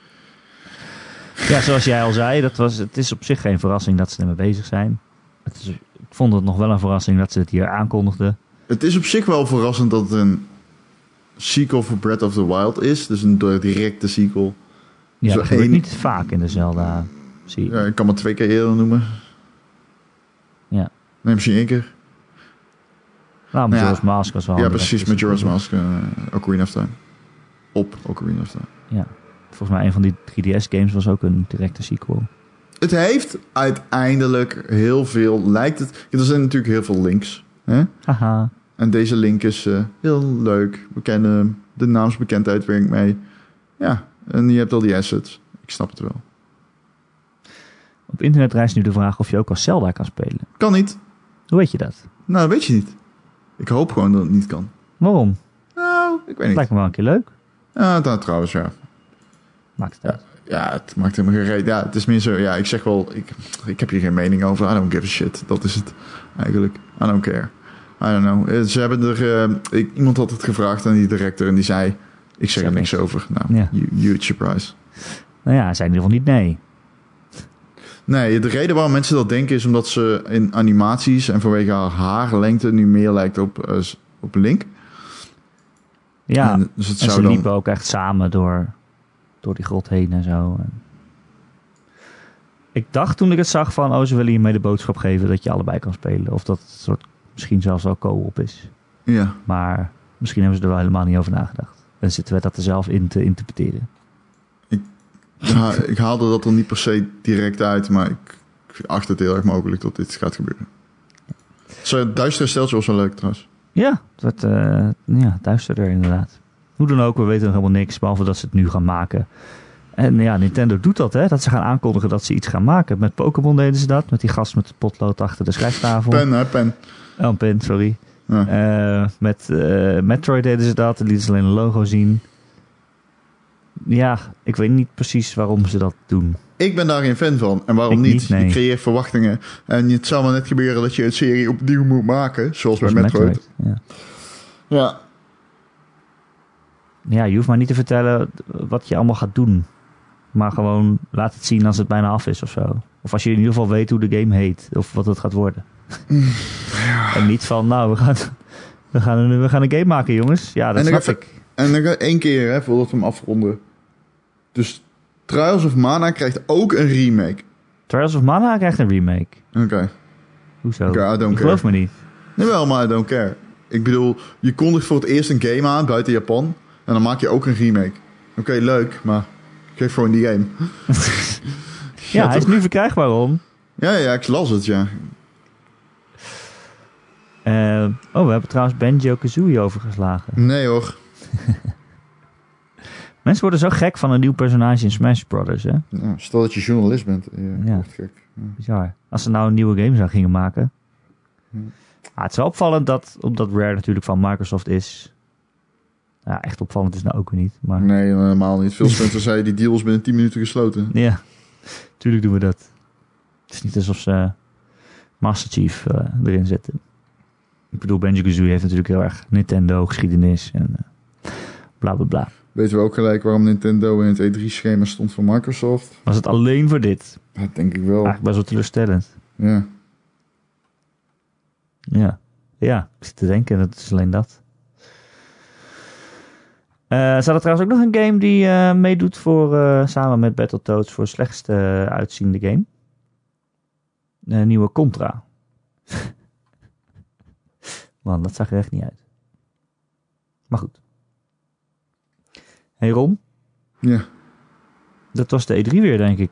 Ja, zoals jij al zei, dat was, het is op zich geen verrassing dat ze ermee bezig zijn. Het is, ik vond het nog wel een verrassing dat ze het hier aankondigden. Het is op zich wel verrassend dat het een sequel voor Breath of the Wild is. Dus een directe sequel. Ja, Zo dat gebeurt één... niet vaak in de Zelda-serie. Ja, ik kan maar twee keer eerder noemen. Ja. Nee, misschien één keer. Nou, Majora's ja. Mask was wel... Ja, precies. Majora's Mask. Uh, Ocarina of Time. Op Ocarina of Time. Ja. Volgens mij een van die drie D S-games was ook een directe sequel. Het heeft uiteindelijk heel veel... Lijkt het... Er zijn natuurlijk heel veel links. Hè? Haha. En deze link is uh, heel leuk. We kennen hem. De naamsbekendheid werkt mee. Ja, en je hebt al die assets. Ik snap het wel. Op internet reist nu de vraag of je ook als Zelda kan spelen. Kan niet. Hoe weet je dat? Nou, dat weet je niet. Ik hoop gewoon dat het niet kan. Waarom? Nou, ik weet niet. Lijkt me wel een keer leuk. Ja, nou, trouwens, ja. Maakt het uit. Ja, het maakt helemaal geen reet. Ja, het is meer zo... Ja, ik zeg wel... Ik, ik heb hier geen mening over. I don't give a shit. Dat is het eigenlijk. I don't care. I don't know. Ze hebben er... Uh, ik, iemand had het gevraagd aan die director en die zei... Ik zeg er niks niks over. Nou, ja. Huge surprise. Nou ja, zei in ieder geval niet nee. Nee, de reden waarom mensen dat denken is omdat ze in animaties en vanwege haar haarlengte nu meer lijkt op, uh, op Link. Ja, en, dus het en zou ze dan... liepen ook echt samen door, door die grot heen en zo. En ik dacht toen ik het zag van, oh, ze willen hiermee de boodschap geven dat je allebei kan spelen. Of dat het soort, misschien zelfs wel co-op is. Ja. Maar misschien hebben ze er wel helemaal niet over nagedacht. En zitten we dat er zelf in te interpreteren. Ja, ik haalde dat er niet per se direct uit, maar ik acht het heel erg mogelijk dat dit gaat gebeuren. Het duistere steltje was wel leuk trouwens. Ja, het werd uh, ja, duisterder inderdaad. Hoe dan ook, we weten nog helemaal niks, behalve dat ze het nu gaan maken. En ja, Nintendo doet dat, hè, dat ze gaan aankondigen dat ze iets gaan maken. Met Pokémon deden ze dat, met die gast met het potlood achter de schrijftafel. Pen, hè, pen. Oh, een pen, sorry. Ja. Uh, met uh, Metroid deden ze dat, en lieten ze alleen een logo zien. Ja, ik weet niet precies waarom ze dat doen. Ik ben daar geen fan van. En waarom ik niet? niet nee. Je creëert verwachtingen. En het zal maar net gebeuren dat je een serie opnieuw moet maken. Zoals bij Metroid. Metroid. Ja. ja. Ja, je hoeft maar niet te vertellen wat je allemaal gaat doen. Maar gewoon laat het zien als het bijna af is of zo. Of als je in ieder geval weet hoe de game heet. Of wat het gaat worden. Ja. En niet van, nou, we gaan, we, gaan een, we gaan een game maken, jongens. Ja, dat snap ik. En dan gaat één keer, hè, voordat we hem afronden. Dus Trials of Mana krijgt ook een remake. Trials of Mana krijgt een remake? Oké. Okay. Hoezo? Okay, I don't ik geloof me niet. Nee, wel, maar I don't care. Ik bedoel, je kondigt voor het eerst een game aan buiten Japan. En dan maak je ook een remake. Oké, okay, leuk, maar geef gewoon die game. ja, ja, hij is nu verkrijgbaar, Ron. Ja, ja, ik las het, ja. Uh, oh, we hebben trouwens Banjo-Kazooie overgeslagen. Nee hoor. Mensen worden zo gek van een nieuw personage in Smash Brothers, hè? Ja, stel dat je journalist bent. Je ja, wordt gek. Ja. Bizar. Als ze nou een nieuwe game zou gingen maken. Ja. Ah, het is wel opvallend dat, omdat Rare natuurlijk van Microsoft is. Ja, echt opvallend is nou ook weer niet. Maar... Nee, helemaal niet. Veel mensen zeiden die deal is binnen tien minuten gesloten. Ja, tuurlijk doen we dat. Het is niet alsof ze Master Chief uh, erin zetten. Ik bedoel, Banjo-Kazooie heeft natuurlijk heel erg Nintendo-geschiedenis en uh, bla bla bla. Weten we ook gelijk waarom Nintendo in het E drie schema stond van Microsoft? Was het alleen voor dit? Dat denk ik wel. Eigenlijk best wel teleurstellend. Ja. Ja. Ja, ik zit te denken, dat is alleen dat. Uh, ze hadden trouwens ook nog een game die uh, meedoet voor, uh, samen met Battletoads voor slechtste uh, uitziende game. Een uh, nieuwe Contra. Man, dat zag er echt niet uit. Maar goed. Hey Ron, Ja. dat was de E drie weer, denk ik.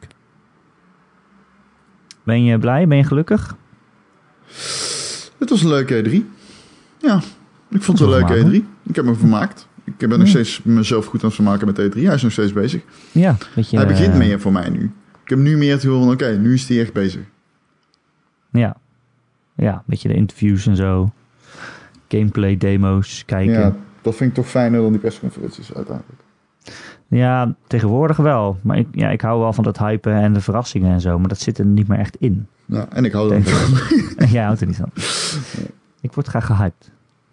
Ben je blij? Ben je gelukkig? Het was een leuke E drie. Ja, ik vond het wel een leuke Vermaken. E drie. Ik heb me vermaakt. Ik ben nog Ja. steeds mezelf goed aan het vermaken met E drie. Hij is nog steeds bezig. Ja. Beetje, Hij begint eh, meer voor mij nu. Ik heb nu meer het gevoel van, oké, nu is hij echt bezig. Ja. Ja, een beetje de interviews en zo. Gameplay demo's, kijken. Ja, Ja, dat vind ik toch fijner dan die persconferenties uiteindelijk. tegenwoordig wel. Maar ik, ja, ik hou wel van dat hypen en de verrassingen en zo. Maar dat zit er niet meer echt in. Ja, en ik hou er niet van. Jij houdt er niet van. Ik word graag gehyped.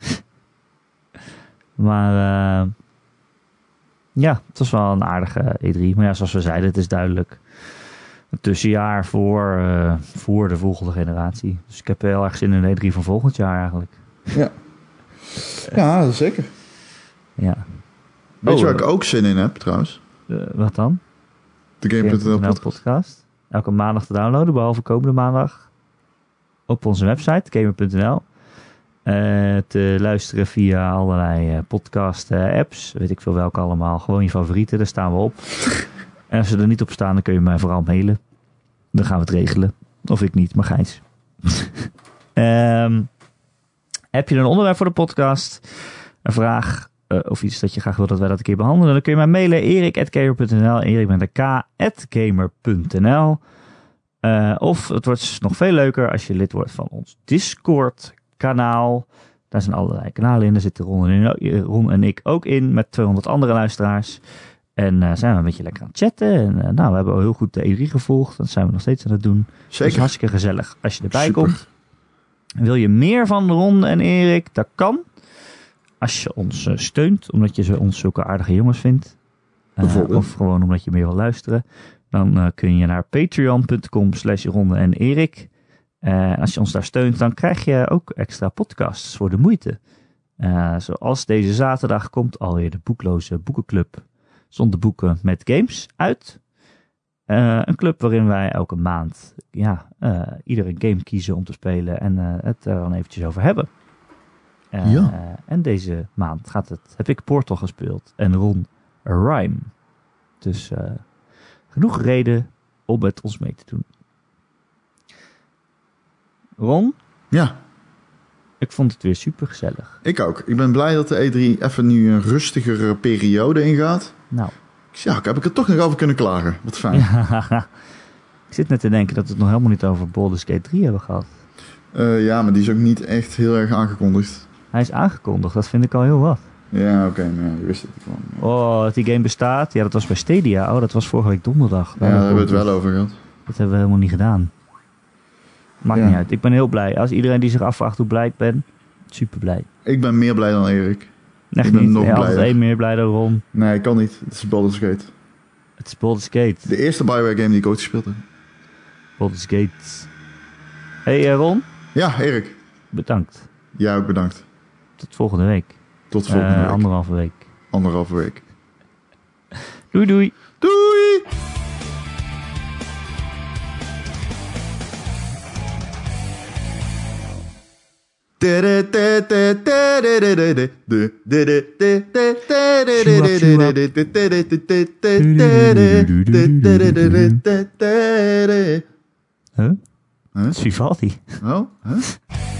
Maar uh, ja, het was wel een aardige E drie. Maar ja, zoals we zeiden, het is duidelijk een tussenjaar voor, uh, voor de volgende generatie. Dus ik heb heel erg zin in de E drie van volgend jaar eigenlijk. Ja, ja dat is zeker. Ja. Weet Oh, je waar ik uh, ook zin in heb trouwens? Uh, wat dan? De Game punt n l Game.nl podcast. podcast. Elke maandag te downloaden, behalve komende maandag. Op onze website, gamer punt n l. Uh, te luisteren via allerlei uh, podcast uh, apps. Weet ik veel welke allemaal. Gewoon je favorieten, daar staan we op. En als ze er niet op staan, dan kun je mij vooral mailen. Dan gaan we het regelen. Of ik niet, maar Gijs. um, heb je een onderwerp voor de podcast? Een vraag? Uh, of iets dat je graag wil dat wij dat een keer behandelen? Dan kun je mij mailen. Erik at gamer punt n l. Erik met een k at gamer punt n l. Uh, of het wordt nog veel leuker als je lid wordt van ons Discord kanaal. Daar zijn allerlei kanalen in. Daar zitten Ron en, Ron en ik ook in. Met tweehonderd andere luisteraars. En uh, zijn we een beetje lekker aan het chatten. En uh, nou, we hebben al heel goed de E drie gevolgd. Dat zijn we nog steeds aan het doen. Zeker. Dus hartstikke gezellig als je erbij Super. komt. Wil je meer van Ron en Erik? Dat kan. Als je ons uh, steunt. Omdat je ze, ons zulke aardige jongens vindt. Uh, Bijvoorbeeld. of gewoon omdat je meer wil luisteren. Dan uh, kun je naar patreon punt com slash Ron en Erik. Uh, als je ons daar steunt, dan krijg je ook extra podcasts voor de moeite. Uh, zoals deze zaterdag komt alweer de Boekloze Boekenclub zonder boeken met games uit. Uh, een club waarin wij elke maand ja, uh, ieder een game kiezen om te spelen en uh, het er dan eventjes over hebben. Uh, Ja. uh, en deze maand gaat het, heb ik Portal gespeeld en Ron Rime. Dus uh, genoeg reden om met ons mee te doen. Ron, Ja, ik vond het weer super gezellig. ik ook. Ik ben blij dat de E drie even nu een rustigere periode ingaat. Nou, Ja, heb ik er toch nog over kunnen klagen. Wat fijn. ja. Ik zit net te denken dat we het nog helemaal niet over Baldur's Gate drie hebben gehad. Uh, ja, maar die is ook niet echt heel erg aangekondigd. Hij is aangekondigd, dat vind ik al heel wat. Ja, oké, okay, maar ja, je wist het gewoon. Ja. Oh, dat die game bestaat. Ja, dat was bij Stadia. Oh, dat was vorige week donderdag. Ja, daar hebben we het wel over gehad. Dat hebben we helemaal niet gedaan. Maakt Ja. niet uit. Ik ben heel blij. Als iedereen die zich afvraagt hoe blij ik ben, super blij. Ik ben meer blij dan Erik. Echt Ik ben niet. nog Nee, altijd blijer. één meer blij dan Ron. Nee, ik kan niet. Het is Baldur's Gate. Het is Baldur's Gate. De eerste Bioware game die ik ooit gespeeld heb. Baldur's Gate. Hey uh, Ron, Ja, Erik. bedankt. Jij ook bedankt. Tot volgende week. Tot volgende Uh, week. anderhalve week. Anderhalve week. Doei doei. Doei! Huh? Huh? Het is Vivaldi. Oh, huh?